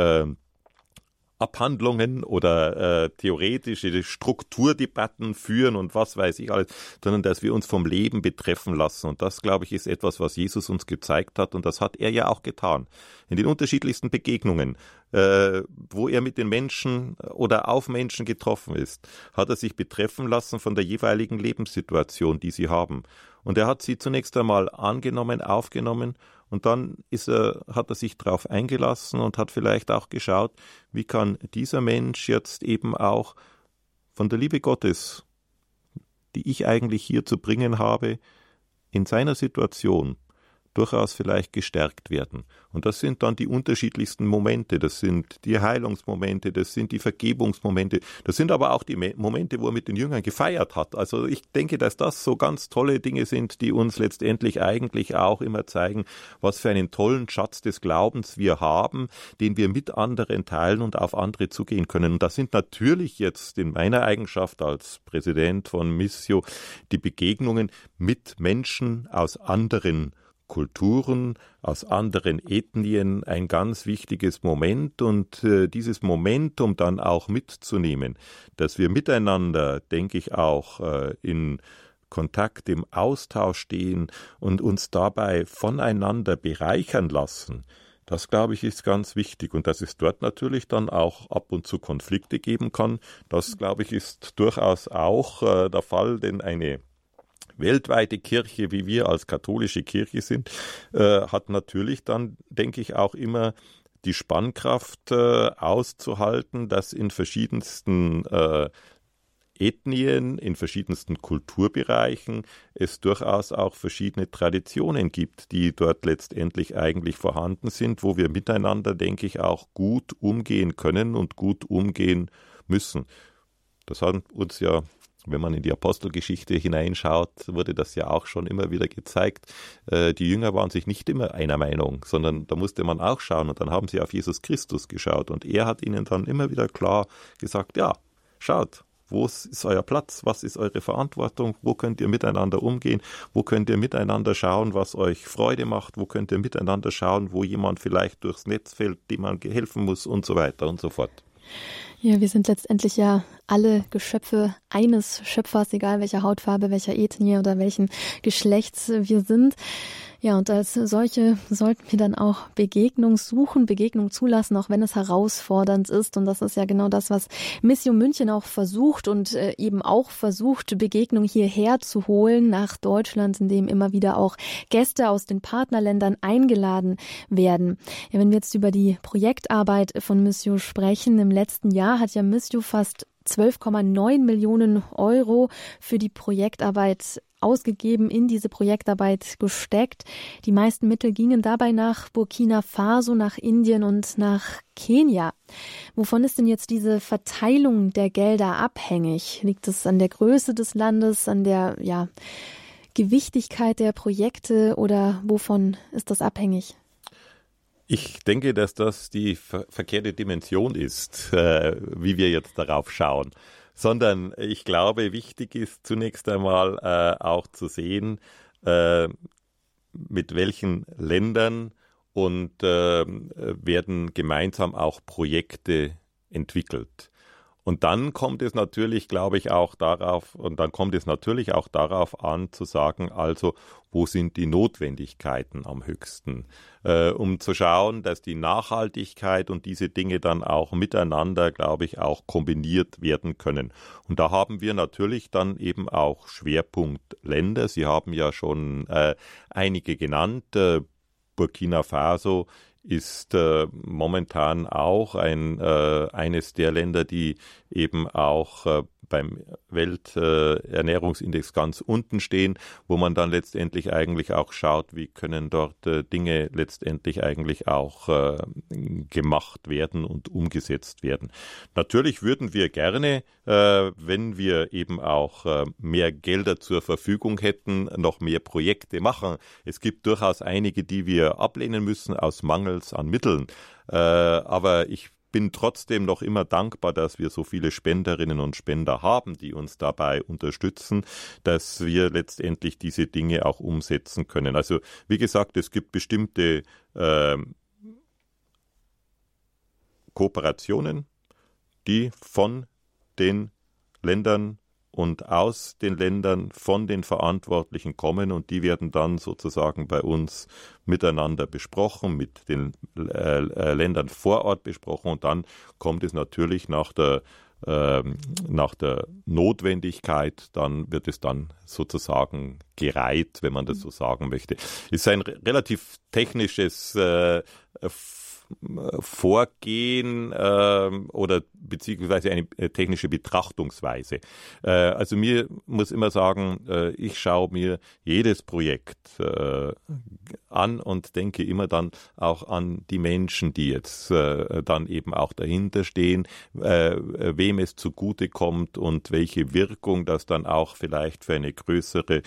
Abhandlungen oder theoretische Strukturdebatten führen und was weiß ich alles, sondern dass wir uns vom Leben betreffen lassen. Und das, glaube ich, ist etwas, was Jesus uns gezeigt hat und das hat er ja auch getan. In den unterschiedlichsten Begegnungen, wo er mit den Menschen oder auf Menschen getroffen ist, hat er sich betreffen lassen von der jeweiligen Lebenssituation, die sie haben. Und er hat sie zunächst einmal angenommen, aufgenommen und dann hat er sich darauf eingelassen und hat vielleicht auch geschaut, wie kann dieser Mensch jetzt eben auch von der Liebe Gottes, die ich eigentlich hier zu bringen habe, in seiner Situation durchaus vielleicht gestärkt werden. Und das sind dann die unterschiedlichsten Momente. Das sind die Heilungsmomente, das sind die Vergebungsmomente. Das sind aber auch die Momente, wo er mit den Jüngern gefeiert hat. Also ich denke, dass das so ganz tolle Dinge sind, die uns letztendlich eigentlich auch immer zeigen, was für einen tollen Schatz des Glaubens wir haben, den wir mit anderen teilen und auf andere zugehen können. Und das sind natürlich jetzt in meiner Eigenschaft als Präsident von Missio die Begegnungen mit Menschen aus anderen Kulturen, aus anderen Ethnien ein ganz wichtiges Moment und dieses Momentum dann auch mitzunehmen, dass wir miteinander, denke ich, auch in Kontakt, im Austausch stehen und uns dabei voneinander bereichern lassen. Das, glaube ich, ist ganz wichtig und dass es dort natürlich dann auch ab und zu Konflikte geben kann, das, glaube ich, ist durchaus auch der Fall, denn eine weltweite Kirche, wie wir als katholische Kirche sind, hat natürlich dann, denke ich, auch immer die Spannkraft auszuhalten, dass in verschiedensten Ethnien, in verschiedensten Kulturbereichen es durchaus auch verschiedene Traditionen gibt, die dort letztendlich eigentlich vorhanden sind, wo wir miteinander, denke ich, auch gut umgehen können und gut umgehen müssen. Das hat uns ja, wenn man in die Apostelgeschichte hineinschaut, wurde das ja auch schon immer wieder gezeigt. Die Jünger waren sich nicht immer einer Meinung, sondern da musste man auch schauen und dann haben sie auf Jesus Christus geschaut und er hat ihnen dann immer wieder klar gesagt, ja, schaut, wo ist euer Platz? Was ist eure Verantwortung? Wo könnt ihr miteinander umgehen? Wo könnt ihr miteinander schauen, was euch Freude macht? Wo könnt ihr miteinander schauen, wo jemand vielleicht durchs Netz fällt, dem man helfen muss und so weiter und so fort. Ja, wir sind letztendlich ja alle Geschöpfe eines Schöpfers, egal welcher Hautfarbe, welcher Ethnie oder welchen Geschlechts wir sind. Ja, und als solche sollten wir dann auch Begegnung suchen, Begegnung zulassen, auch wenn es herausfordernd ist. Und das ist ja genau das, was Missio München auch versucht und eben auch versucht, Begegnung hierher zu holen nach Deutschland, in dem immer wieder auch Gäste aus den Partnerländern eingeladen werden. Ja, wenn wir jetzt über die Projektarbeit von Missio sprechen, im letzten Jahr hat ja Missio fast 12,9 Millionen Euro für die Projektarbeit ausgegeben, in diese Projektarbeit gesteckt. Die meisten Mittel gingen dabei nach Burkina Faso, nach Indien und nach Kenia. Wovon ist denn jetzt diese Verteilung der Gelder abhängig? Liegt es an der Größe des Landes, an der Gewichtigkeit der Projekte oder wovon ist das abhängig? Ich denke, dass das die verkehrte Dimension ist, wie wir jetzt darauf schauen. Sondern ich glaube, wichtig ist zunächst einmal auch zu sehen, mit welchen Ländern und werden gemeinsam auch Projekte entwickelt. Und dann kommt es natürlich, glaube ich, auch darauf an, zu sagen, also, wo sind die Notwendigkeiten am höchsten? Um zu schauen, dass die Nachhaltigkeit und diese Dinge dann auch miteinander, glaube ich, auch kombiniert werden können. Und da haben wir natürlich dann eben auch Schwerpunktländer. Sie haben ja schon einige genannt. Burkina Faso ist momentan auch eines der Länder, die eben auch beim Welternährungsindex ganz unten stehen, wo man dann letztendlich eigentlich auch schaut, wie können dort Dinge letztendlich eigentlich auch gemacht werden und umgesetzt werden. Natürlich würden wir gerne, wenn wir eben auch mehr Gelder zur Verfügung hätten, noch mehr Projekte machen. Es gibt durchaus einige, die wir ablehnen müssen aus Mangels an Mitteln. Aber ich bin trotzdem noch immer dankbar, dass wir so viele Spenderinnen und Spender haben, die uns dabei unterstützen, dass wir letztendlich diese Dinge auch umsetzen können. Also wie gesagt, es gibt bestimmte Kooperationen, die von den Ländern und aus den Ländern von den Verantwortlichen kommen und die werden dann sozusagen bei uns miteinander besprochen, mit den Ländern vor Ort besprochen und dann kommt es natürlich nach der Notwendigkeit, dann wird es dann sozusagen gereiht, wenn man das so sagen möchte. Es ist ein relativ technisches Vorgehen oder beziehungsweise eine technische Betrachtungsweise. Also mir muss immer sagen, ich schaue mir jedes Projekt an und denke immer dann auch an die Menschen, die jetzt dann eben auch dahinter stehen, wem es zugutekommt und welche Wirkung das dann auch vielleicht für eine größere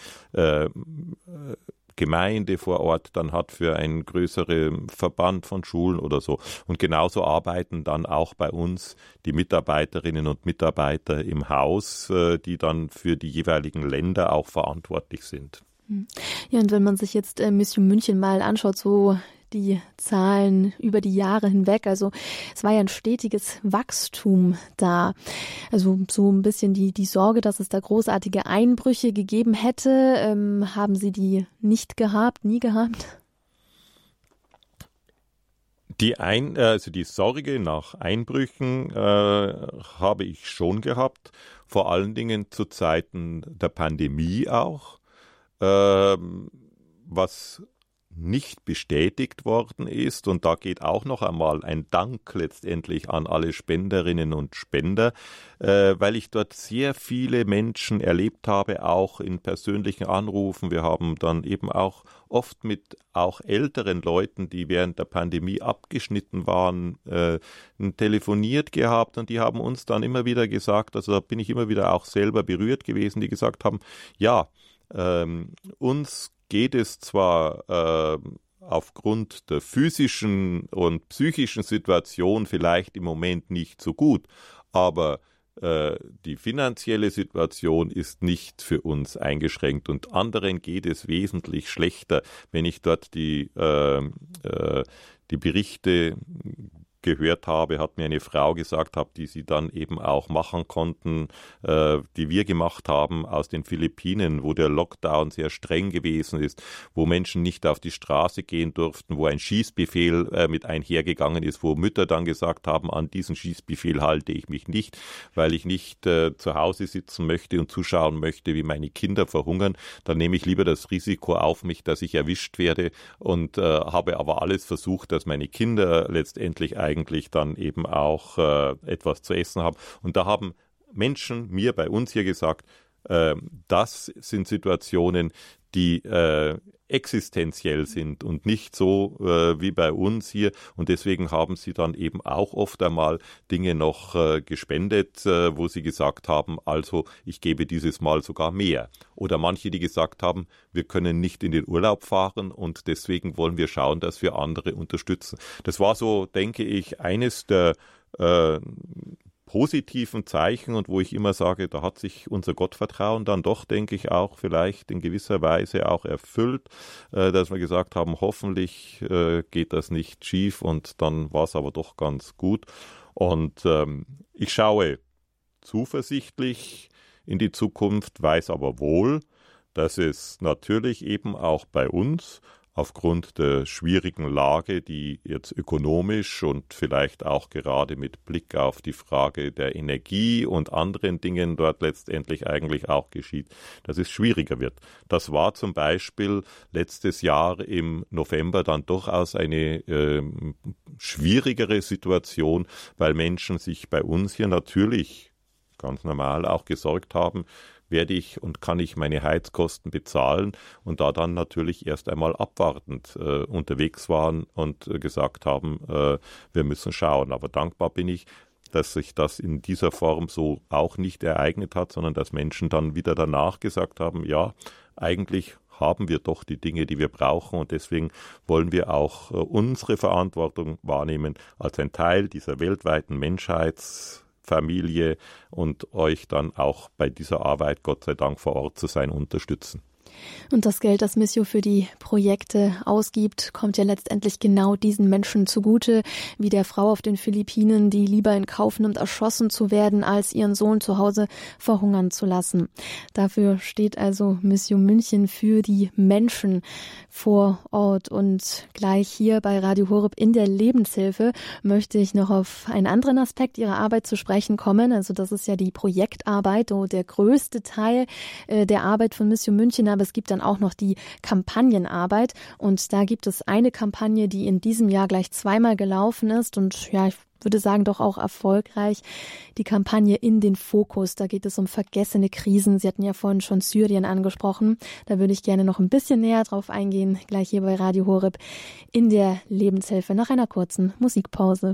Gemeinde vor Ort dann hat, für einen größeren Verband von Schulen oder so. Und genauso arbeiten dann auch bei uns die Mitarbeiterinnen und Mitarbeiter im Haus, die dann für die jeweiligen Länder auch verantwortlich sind. Ja, und wenn man sich jetzt Mission München mal anschaut, so die Zahlen über die Jahre hinweg, also es war ja ein stetiges Wachstum da. Also so ein bisschen die Sorge, dass es da großartige Einbrüche gegeben hätte, haben Sie die nicht gehabt, nie gehabt? Die Sorge nach Einbrüchen habe ich schon gehabt, vor allen Dingen zu Zeiten der Pandemie auch, was nicht bestätigt worden ist. Und da geht auch noch einmal ein Dank letztendlich an alle Spenderinnen und Spender, weil ich dort sehr viele Menschen erlebt habe, auch in persönlichen Anrufen. Wir haben dann eben auch oft mit auch älteren Leuten, die während der Pandemie abgeschnitten waren, telefoniert gehabt, und die haben uns dann immer wieder gesagt, also da bin ich immer wieder auch selber berührt gewesen, die gesagt haben, ja, uns geht es zwar aufgrund der physischen und psychischen Situation vielleicht im Moment nicht so gut, aber die finanzielle Situation ist nicht für uns eingeschränkt, und anderen geht es wesentlich schlechter. Wenn ich dort die Berichte gehört habe, hat mir eine Frau gesagt, die sie dann eben auch machen konnten, die wir gemacht haben aus den Philippinen, wo der Lockdown sehr streng gewesen ist, wo Menschen nicht auf die Straße gehen durften, wo ein Schießbefehl mit einhergegangen ist, wo Mütter dann gesagt haben, an diesen Schießbefehl halte ich mich nicht, weil ich nicht zu Hause sitzen möchte und zuschauen möchte, wie meine Kinder verhungern. Dann nehme ich lieber das Risiko auf mich, dass ich erwischt werde, und habe aber alles versucht, dass meine Kinder letztendlich eigentlich dann eben auch etwas zu essen haben. Und da haben Menschen mir bei uns hier gesagt, das sind Situationen, die existenziell sind und nicht so wie bei uns hier. Und deswegen haben sie dann eben auch oft einmal Dinge noch gespendet, wo sie gesagt haben, also ich gebe dieses Mal sogar mehr. Oder manche, die gesagt haben, wir können nicht in den Urlaub fahren und deswegen wollen wir schauen, dass wir andere unterstützen. Das war so, denke ich, eines der positiven Zeichen, und wo ich immer sage, da hat sich unser Gottvertrauen dann doch, denke ich, auch vielleicht in gewisser Weise auch erfüllt, dass wir gesagt haben, hoffentlich geht das nicht schief, und dann war es aber doch ganz gut. Und ich schaue zuversichtlich in die Zukunft, weiß aber wohl, dass es natürlich eben auch bei uns aufgrund der schwierigen Lage, die jetzt ökonomisch und vielleicht auch gerade mit Blick auf die Frage der Energie und anderen Dingen dort letztendlich eigentlich auch geschieht, dass es schwieriger wird. Das war zum Beispiel letztes Jahr im November dann durchaus eine schwierigere Situation, weil Menschen sich bei uns hier natürlich ganz normal auch gesorgt haben, werde ich und kann ich meine Heizkosten bezahlen, und da dann natürlich erst einmal abwartend unterwegs waren und gesagt haben, wir müssen schauen. Aber dankbar bin ich, dass sich das in dieser Form so auch nicht ereignet hat, sondern dass Menschen dann wieder danach gesagt haben, ja, eigentlich haben wir doch die Dinge, die wir brauchen, und deswegen wollen wir auch unsere Verantwortung wahrnehmen als ein Teil dieser weltweiten Menschheitsfamilie und euch dann auch bei dieser Arbeit, Gott sei Dank, vor Ort zu sein, unterstützen. Und das Geld, das Missio für die Projekte ausgibt, kommt ja letztendlich genau diesen Menschen zugute, wie der Frau auf den Philippinen, die lieber in Kauf nimmt, erschossen zu werden, als ihren Sohn zu Hause verhungern zu lassen. Dafür steht also Missio München, für die Menschen vor Ort. Und gleich hier bei Radio Horeb in der Lebenshilfe möchte ich noch auf einen anderen Aspekt Ihrer Arbeit zu sprechen kommen. Also das ist ja die Projektarbeit, der größte Teil der Arbeit von Missio München, aber es gibt dann auch noch die Kampagnenarbeit. Und da gibt es eine Kampagne, die in diesem Jahr gleich zweimal gelaufen ist und ja, ich würde sagen, doch auch erfolgreich. Die Kampagne In den Fokus, da geht es um vergessene Krisen. Sie hatten ja vorhin schon Syrien angesprochen. Da würde ich gerne noch ein bisschen näher drauf eingehen, gleich hier bei Radio Horeb in der Lebenshilfe nach einer kurzen Musikpause.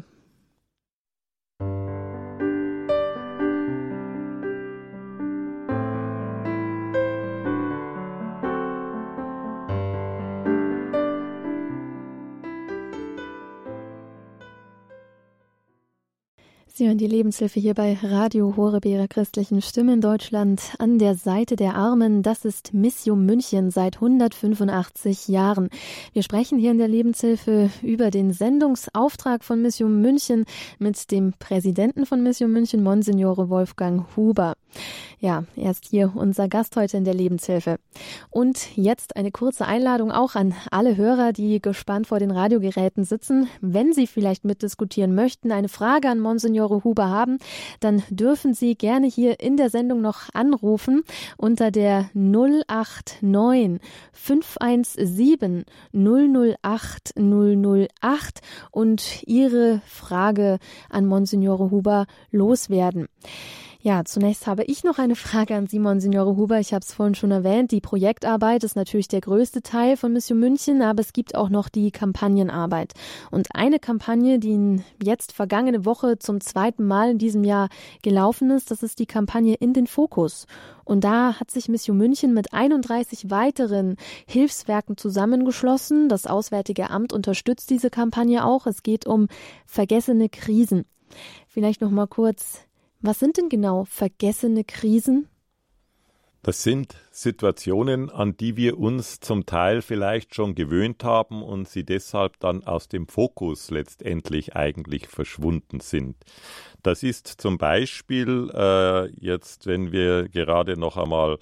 Sie hören die Lebenshilfe hier bei Radio Horeb, Ihrer christlichen Stimme in Deutschland, an der Seite der Armen. Das ist Missio München seit 185 Jahren. Wir sprechen hier in der Lebenshilfe über den Sendungsauftrag von Missio München mit dem Präsidenten von Missio München, Monsignore Wolfgang Huber. Ja, er ist hier unser Gast heute in der Lebenshilfe. Und jetzt eine kurze Einladung auch an alle Hörer, die gespannt vor den Radiogeräten sitzen. Wenn Sie vielleicht mitdiskutieren möchten, eine Frage an Monsignore Huber haben, dann dürfen Sie gerne hier in der Sendung noch anrufen unter der 089 517 008 008 und Ihre Frage an Monsignore Huber loswerden. Ja, zunächst habe ich noch eine Frage an Sie, Monsignore Huber. Ich habe es vorhin schon erwähnt, die Projektarbeit ist natürlich der größte Teil von Missio München, aber es gibt auch noch die Kampagnenarbeit. Und eine Kampagne, die jetzt vergangene Woche zum zweiten Mal in diesem Jahr gelaufen ist, das ist die Kampagne In den Fokus. Und da hat sich Missio München mit 31 weiteren Hilfswerken zusammengeschlossen. Das Auswärtige Amt unterstützt diese Kampagne auch. Es geht um vergessene Krisen. Vielleicht noch mal kurz: Was sind denn genau vergessene Krisen? Das sind Situationen, an die wir uns zum Teil vielleicht schon gewöhnt haben und sie deshalb dann aus dem Fokus letztendlich eigentlich verschwunden sind. Das ist zum Beispiel jetzt, wenn wir gerade noch einmal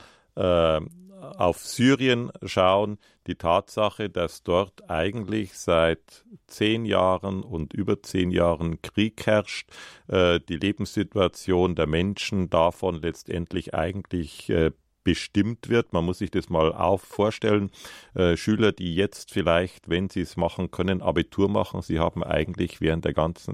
auf Syrien schauen, die Tatsache, dass dort eigentlich seit 10 Jahren und über 10 Jahren Krieg herrscht, die Lebenssituation der Menschen davon letztendlich eigentlich bestimmt wird. Man muss sich das mal vorstellen. Schüler, die jetzt vielleicht, wenn sie es machen können, Abitur machen, sie haben eigentlich während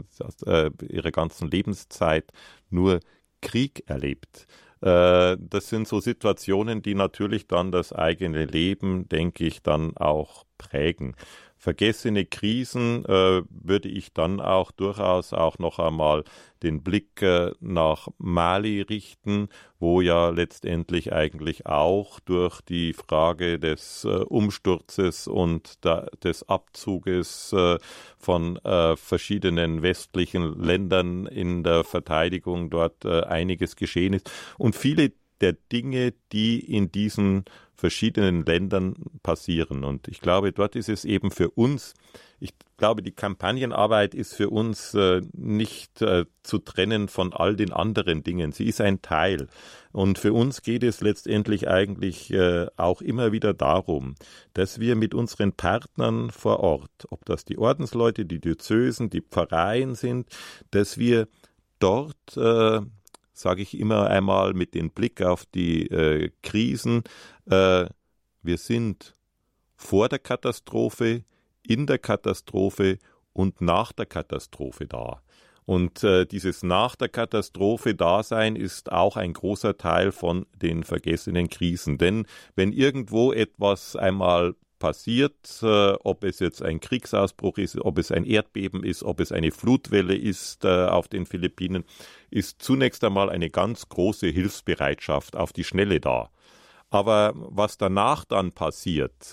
ihrer ganzen Lebenszeit nur Krieg erlebt. Das sind so Situationen, die natürlich dann das eigene Leben, denke ich, dann auch prägen. Vergessene Krisen würde ich dann auch durchaus auch noch einmal den Blick nach Mali richten, wo ja letztendlich eigentlich auch durch die Frage des Umsturzes und des Abzuges von verschiedenen westlichen Ländern in der Verteidigung dort einiges geschehen ist. Und viele der Dinge, die in diesen verschiedenen Ländern passieren. Und ich glaube, dort ist es eben für uns, ich glaube, die Kampagnenarbeit ist für uns nicht zu trennen von all den anderen Dingen. Sie ist ein Teil. Und für uns geht es letztendlich eigentlich auch immer wieder darum, dass wir mit unseren Partnern vor Ort, ob das die Ordensleute, die Diözesen, die Pfarreien sind, dass wir dort sage ich immer einmal mit dem Blick auf die Krisen, wir sind vor der Katastrophe, in der Katastrophe und nach der Katastrophe da. Und dieses nach der Katastrophe Dasein ist auch ein großer Teil von den vergessenen Krisen. Denn wenn irgendwo etwas einmal passiert, ob es jetzt ein Kriegsausbruch ist, ob es ein Erdbeben ist, ob es eine Flutwelle ist auf den Philippinen, ist zunächst einmal eine ganz große Hilfsbereitschaft auf die Schnelle da. Aber was danach dann passiert,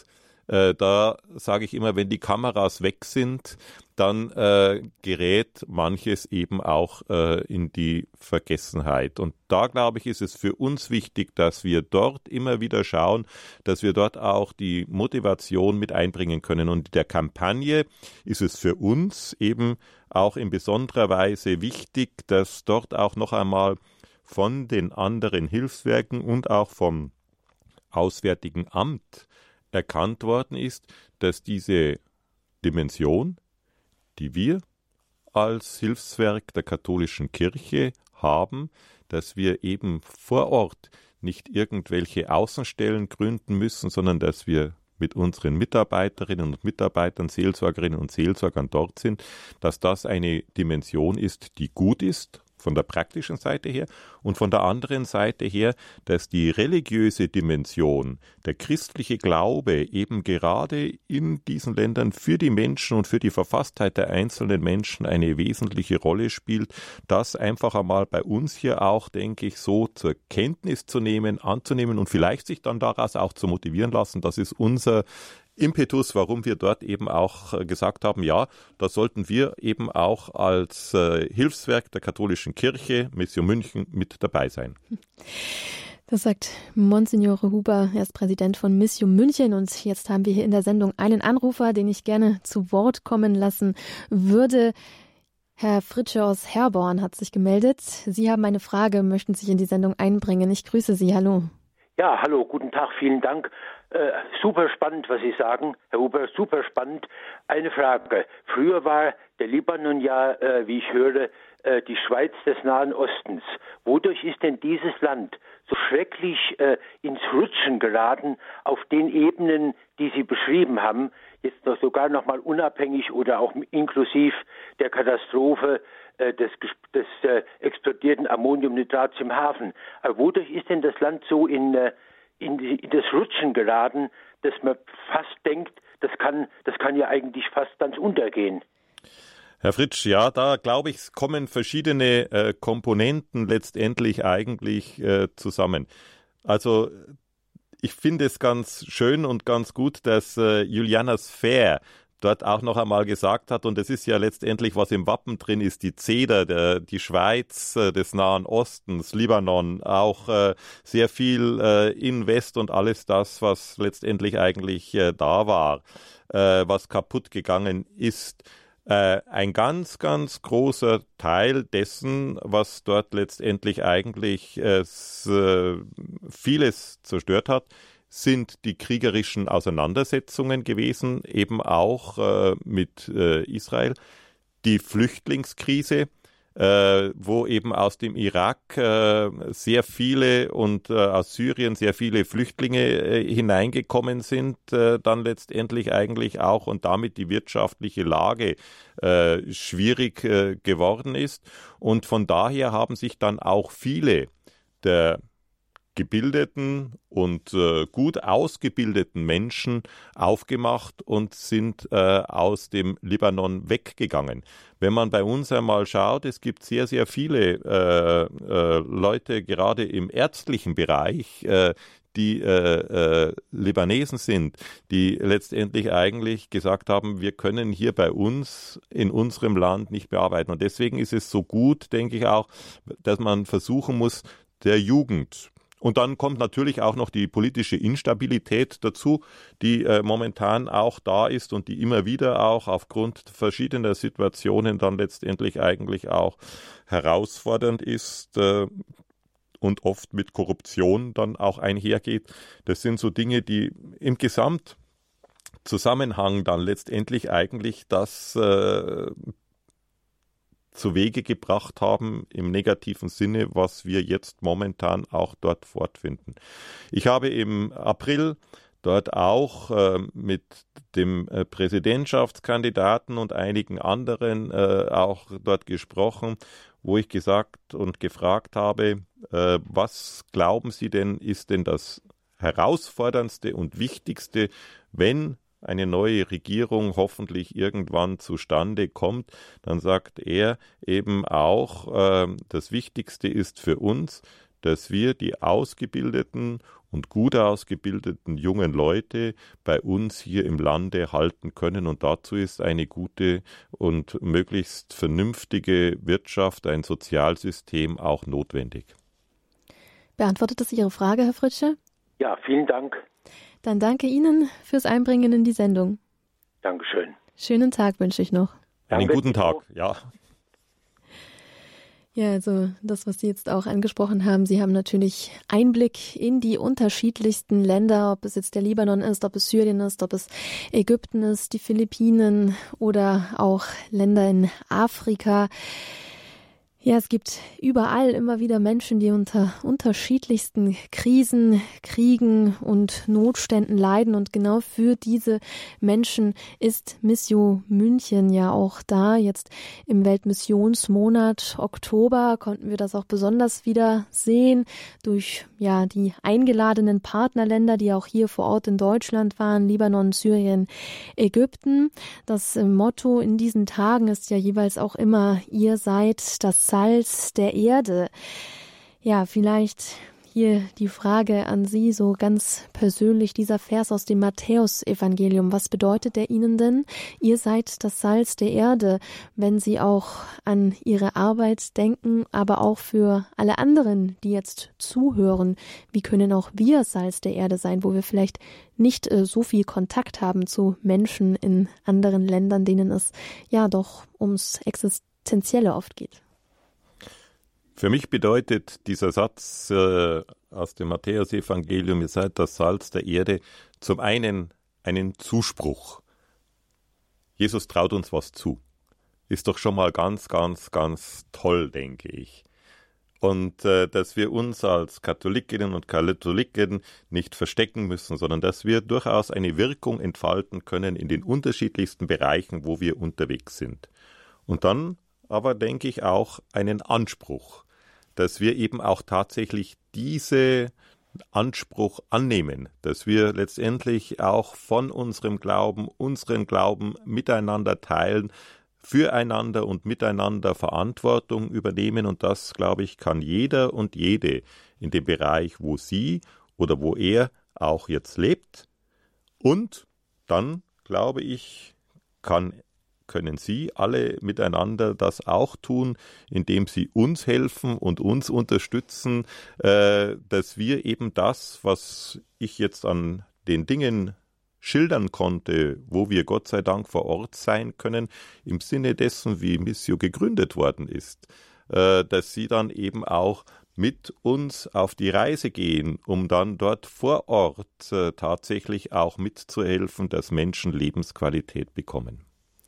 da sage ich immer, wenn die Kameras weg sind, dann gerät manches eben auch in die Vergessenheit. Und da, glaube ich, ist es für uns wichtig, dass wir dort immer wieder schauen, dass wir dort auch die Motivation mit einbringen können. Und in der Kampagne ist es für uns eben auch in besonderer Weise wichtig, dass dort auch noch einmal von den anderen Hilfswerken und auch vom Auswärtigen Amt erkannt worden ist, dass diese Dimension, die wir als Hilfswerk der katholischen Kirche haben, dass wir eben vor Ort nicht irgendwelche Außenstellen gründen müssen, sondern dass wir mit unseren Mitarbeiterinnen und Mitarbeitern, Seelsorgerinnen und Seelsorgern dort sind, dass das eine Dimension ist, die gut ist, von der praktischen Seite her, und von der anderen Seite her, dass die religiöse Dimension, der christliche Glaube eben gerade in diesen Ländern für die Menschen und für die Verfasstheit der einzelnen Menschen eine wesentliche Rolle spielt, das einfach einmal bei uns hier auch, denke ich, so zur Kenntnis zu nehmen, anzunehmen und vielleicht sich dann daraus auch zu motivieren lassen. Das ist unser Impetus, warum wir dort eben auch gesagt haben, ja, da sollten wir eben auch als Hilfswerk der katholischen Kirche, Mission München, mit dabei sein. Das sagt Monsignore Huber, er ist Präsident von Mission München, und jetzt haben wir hier in der Sendung einen Anrufer, den ich gerne zu Wort kommen lassen würde. Herr Fritsche aus Herborn hat sich gemeldet. Sie haben eine Frage, möchten sich in die Sendung einbringen. Ich grüße Sie, hallo. Ja, hallo, guten Tag, vielen Dank. Super spannend, was Sie sagen, Herr Huber, super spannend. Eine Frage. Früher war der Libanon ja, wie ich höre, die Schweiz des Nahen Ostens. Wodurch ist denn dieses Land so schrecklich ins Rutschen geraten auf den Ebenen, die Sie beschrieben haben, jetzt noch sogar noch mal unabhängig oder auch inklusiv der Katastrophe des explodierten Ammoniumnitrats im Hafen? Aber wodurch ist denn das Land so in das Rutschen geraten, dass man fast denkt, das kann ja eigentlich fast ganz untergehen? Herr Fritsch, ja, da glaube ich, kommen verschiedene Komponenten letztendlich eigentlich zusammen. Also ich finde es ganz schön und ganz gut, dass Juliana Sphäre dort auch noch einmal gesagt hat, und es ist ja letztendlich, was im Wappen drin ist, die Zeder, die Schweiz des Nahen Ostens, Libanon, auch sehr viel in West und alles das, was letztendlich eigentlich da war, was kaputt gegangen ist. Ein ganz, ganz großer Teil dessen, was dort letztendlich eigentlich vieles zerstört hat, sind die kriegerischen Auseinandersetzungen gewesen, eben auch mit Israel, die Flüchtlingskrise, wo eben aus dem Irak sehr viele und aus Syrien sehr viele Flüchtlinge hineingekommen sind, dann letztendlich eigentlich auch, und damit die wirtschaftliche Lage schwierig geworden ist. Und von daher haben sich dann auch viele der gebildeten und gut ausgebildeten Menschen aufgemacht und sind aus dem Libanon weggegangen. Wenn man bei uns einmal schaut, es gibt sehr, sehr viele Leute, gerade im ärztlichen Bereich, die Libanesen sind, die letztendlich eigentlich gesagt haben, wir können hier bei uns in unserem Land nicht mehr arbeiten. Und deswegen ist es so gut, denke ich auch, dass man versuchen muss, der Jugend. Und dann kommt natürlich auch noch die politische Instabilität dazu, die momentan auch da ist und die immer wieder auch aufgrund verschiedener Situationen dann letztendlich eigentlich auch herausfordernd ist und oft mit Korruption dann auch einhergeht. Das sind so Dinge, die im Gesamtzusammenhang dann letztendlich eigentlich das zu Wege gebracht haben, im negativen Sinne, was wir jetzt momentan auch dort fortfinden. Ich habe im April dort auch mit dem Präsidentschaftskandidaten und einigen anderen auch dort gesprochen, wo ich gesagt und gefragt habe, was glauben Sie denn, ist denn das Herausforderndste und Wichtigste, wenn eine neue Regierung hoffentlich irgendwann zustande kommt, dann sagt er eben auch, das Wichtigste ist für uns, dass wir die ausgebildeten und gut ausgebildeten jungen Leute bei uns hier im Lande halten können. Und dazu ist eine gute und möglichst vernünftige Wirtschaft, ein Sozialsystem auch notwendig. Beantwortet das Ihre Frage, Herr Fritsche? Ja, vielen Dank. Dann danke Ihnen fürs Einbringen in die Sendung. Dankeschön. Schönen Tag wünsche ich noch. Einen guten Tag, ja. Ja, also das, was Sie jetzt auch angesprochen haben, Sie haben natürlich Einblick in die unterschiedlichsten Länder, ob es jetzt der Libanon ist, ob es Syrien ist, ob es Ägypten ist, die Philippinen oder auch Länder in Afrika. Ja, es gibt überall immer wieder Menschen, die unter unterschiedlichsten Krisen, Kriegen und Notständen leiden. Und genau für diese Menschen ist Missio München ja auch da. Jetzt im Weltmissionsmonat Oktober konnten wir das auch besonders wieder sehen durch die eingeladenen Partnerländer, die auch hier vor Ort in Deutschland waren, Libanon, Syrien, Ägypten. Das Motto in diesen Tagen ist ja jeweils auch immer: Ihr seid das Salz der Erde. Ja, vielleicht hier die Frage an Sie, so ganz persönlich, dieser Vers aus dem Matthäus-Evangelium. Was bedeutet der Ihnen denn? Ihr seid das Salz der Erde, wenn Sie auch an Ihre Arbeit denken, aber auch für alle anderen, die jetzt zuhören. Wie können auch wir Salz der Erde sein, wo wir vielleicht nicht so viel Kontakt haben zu Menschen in anderen Ländern, denen es ja doch ums Existenzielle oft geht? Für mich bedeutet dieser Satz aus dem Matthäus-Evangelium, ihr seid das Salz der Erde, zum einen einen Zuspruch. Jesus traut uns was zu. Ist doch schon mal ganz, ganz, ganz toll, denke ich. Und dass wir uns als Katholikinnen und Katholiken nicht verstecken müssen, sondern dass wir durchaus eine Wirkung entfalten können in den unterschiedlichsten Bereichen, wo wir unterwegs sind. Und dann aber, denke ich, auch einen Anspruch, dass wir eben auch tatsächlich diesen Anspruch annehmen, dass wir letztendlich auch von unserem Glauben, unseren Glauben miteinander teilen, füreinander und miteinander Verantwortung übernehmen. Und das, glaube ich, kann jeder und jede in dem Bereich, wo sie oder wo er auch jetzt lebt. Und dann, glaube ich, können Sie alle miteinander das auch tun, indem Sie uns helfen und uns unterstützen, dass wir eben das, was ich jetzt an den Dingen schildern konnte, wo wir Gott sei Dank vor Ort sein können, im Sinne dessen, wie Missio gegründet worden ist, dass Sie dann eben auch mit uns auf die Reise gehen, um dann dort vor Ort tatsächlich auch mitzuhelfen, dass Menschen Lebensqualität bekommen.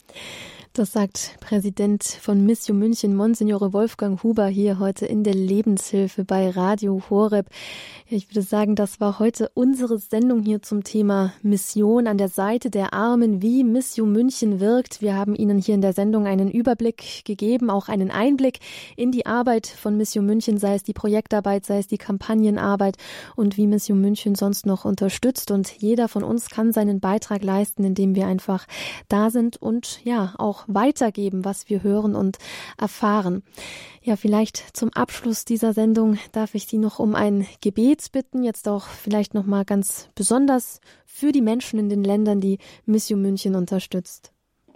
Das sagt Präsident von Missio München, Monsignore Wolfgang Huber, hier heute in der Lebenshilfe bei Radio Horeb. Ich würde sagen, das war heute unsere Sendung hier zum Thema Mission an der Seite der Armen, wie Missio München wirkt. Wir haben Ihnen hier in der Sendung einen Überblick gegeben, auch einen Einblick in die Arbeit von Missio München, sei es die Projektarbeit, sei es die Kampagnenarbeit und wie Missio München sonst noch unterstützt. Und jeder von uns kann seinen Beitrag leisten, indem wir einfach da sind und auch weitergeben, was wir hören und erfahren. Ja, vielleicht zum Abschluss dieser Sendung darf ich Sie noch um ein Gebet bitten, jetzt auch vielleicht noch mal ganz besonders für die Menschen in den Ländern, die Missio München unterstützt.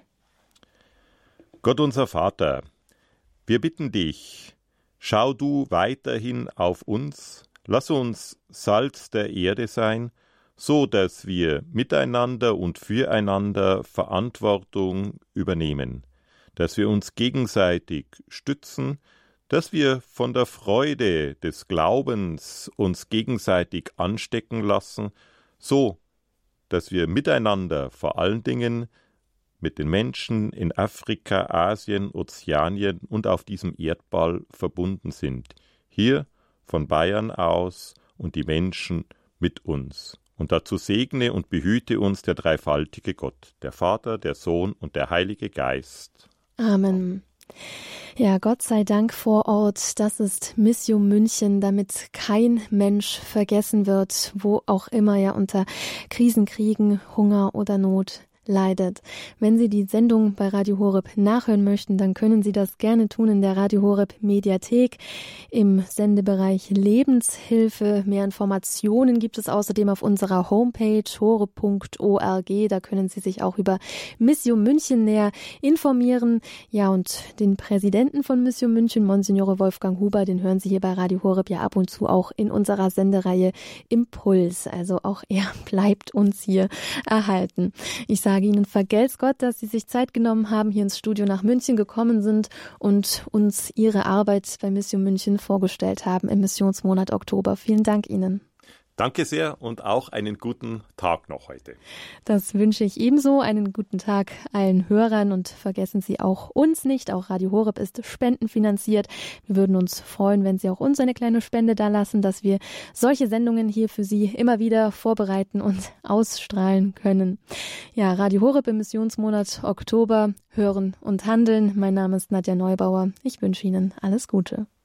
Gott unser Vater, wir bitten dich, schau du weiterhin auf uns, lass uns Salz der Erde sein, so dass wir miteinander und füreinander Verantwortung übernehmen, dass wir uns gegenseitig stützen, dass wir von der Freude des Glaubens uns gegenseitig anstecken lassen, so dass wir miteinander vor allen Dingen mit den Menschen in Afrika, Asien, Ozeanien und auf diesem Erdball verbunden sind, hier von Bayern aus und die Menschen mit uns. Und dazu segne und behüte uns der dreifaltige Gott, der Vater, der Sohn und der Heilige Geist. Amen. Ja, Gott sei Dank vor Ort, das ist Missio München, damit kein Mensch vergessen wird, wo auch immer unter Krisen, Kriegen, Hunger oder Not leidet. Wenn Sie die Sendung bei Radio Horeb nachhören möchten, dann können Sie das gerne tun in der Radio Horeb Mediathek im Sendebereich Lebenshilfe. Mehr Informationen gibt es außerdem auf unserer Homepage horeb.org. Da können Sie sich auch über Missio München näher informieren. Ja, und den Präsidenten von Missio München, Monsignore Wolfgang Huber, den hören Sie hier bei Radio Horeb ja ab und zu auch in unserer Sendereihe Impuls. Also auch er bleibt uns hier erhalten. Ich sage Ihnen, vergelt's Gott, dass Sie sich Zeit genommen haben, hier ins Studio nach München gekommen sind und uns Ihre Arbeit bei Missio München vorgestellt haben im Missionsmonat Oktober. Vielen Dank Ihnen. Danke sehr und auch einen guten Tag noch heute. Das wünsche ich ebenso. Einen guten Tag allen Hörern und vergessen Sie auch uns nicht. Auch Radio Horeb ist spendenfinanziert. Wir würden uns freuen, wenn Sie auch uns eine kleine Spende dalassen, dass wir solche Sendungen hier für Sie immer wieder vorbereiten und ausstrahlen können. Ja, Radio Horeb im Missionsmonat Oktober. Hören und handeln. Mein Name ist Nadja Neubauer. Ich wünsche Ihnen alles Gute.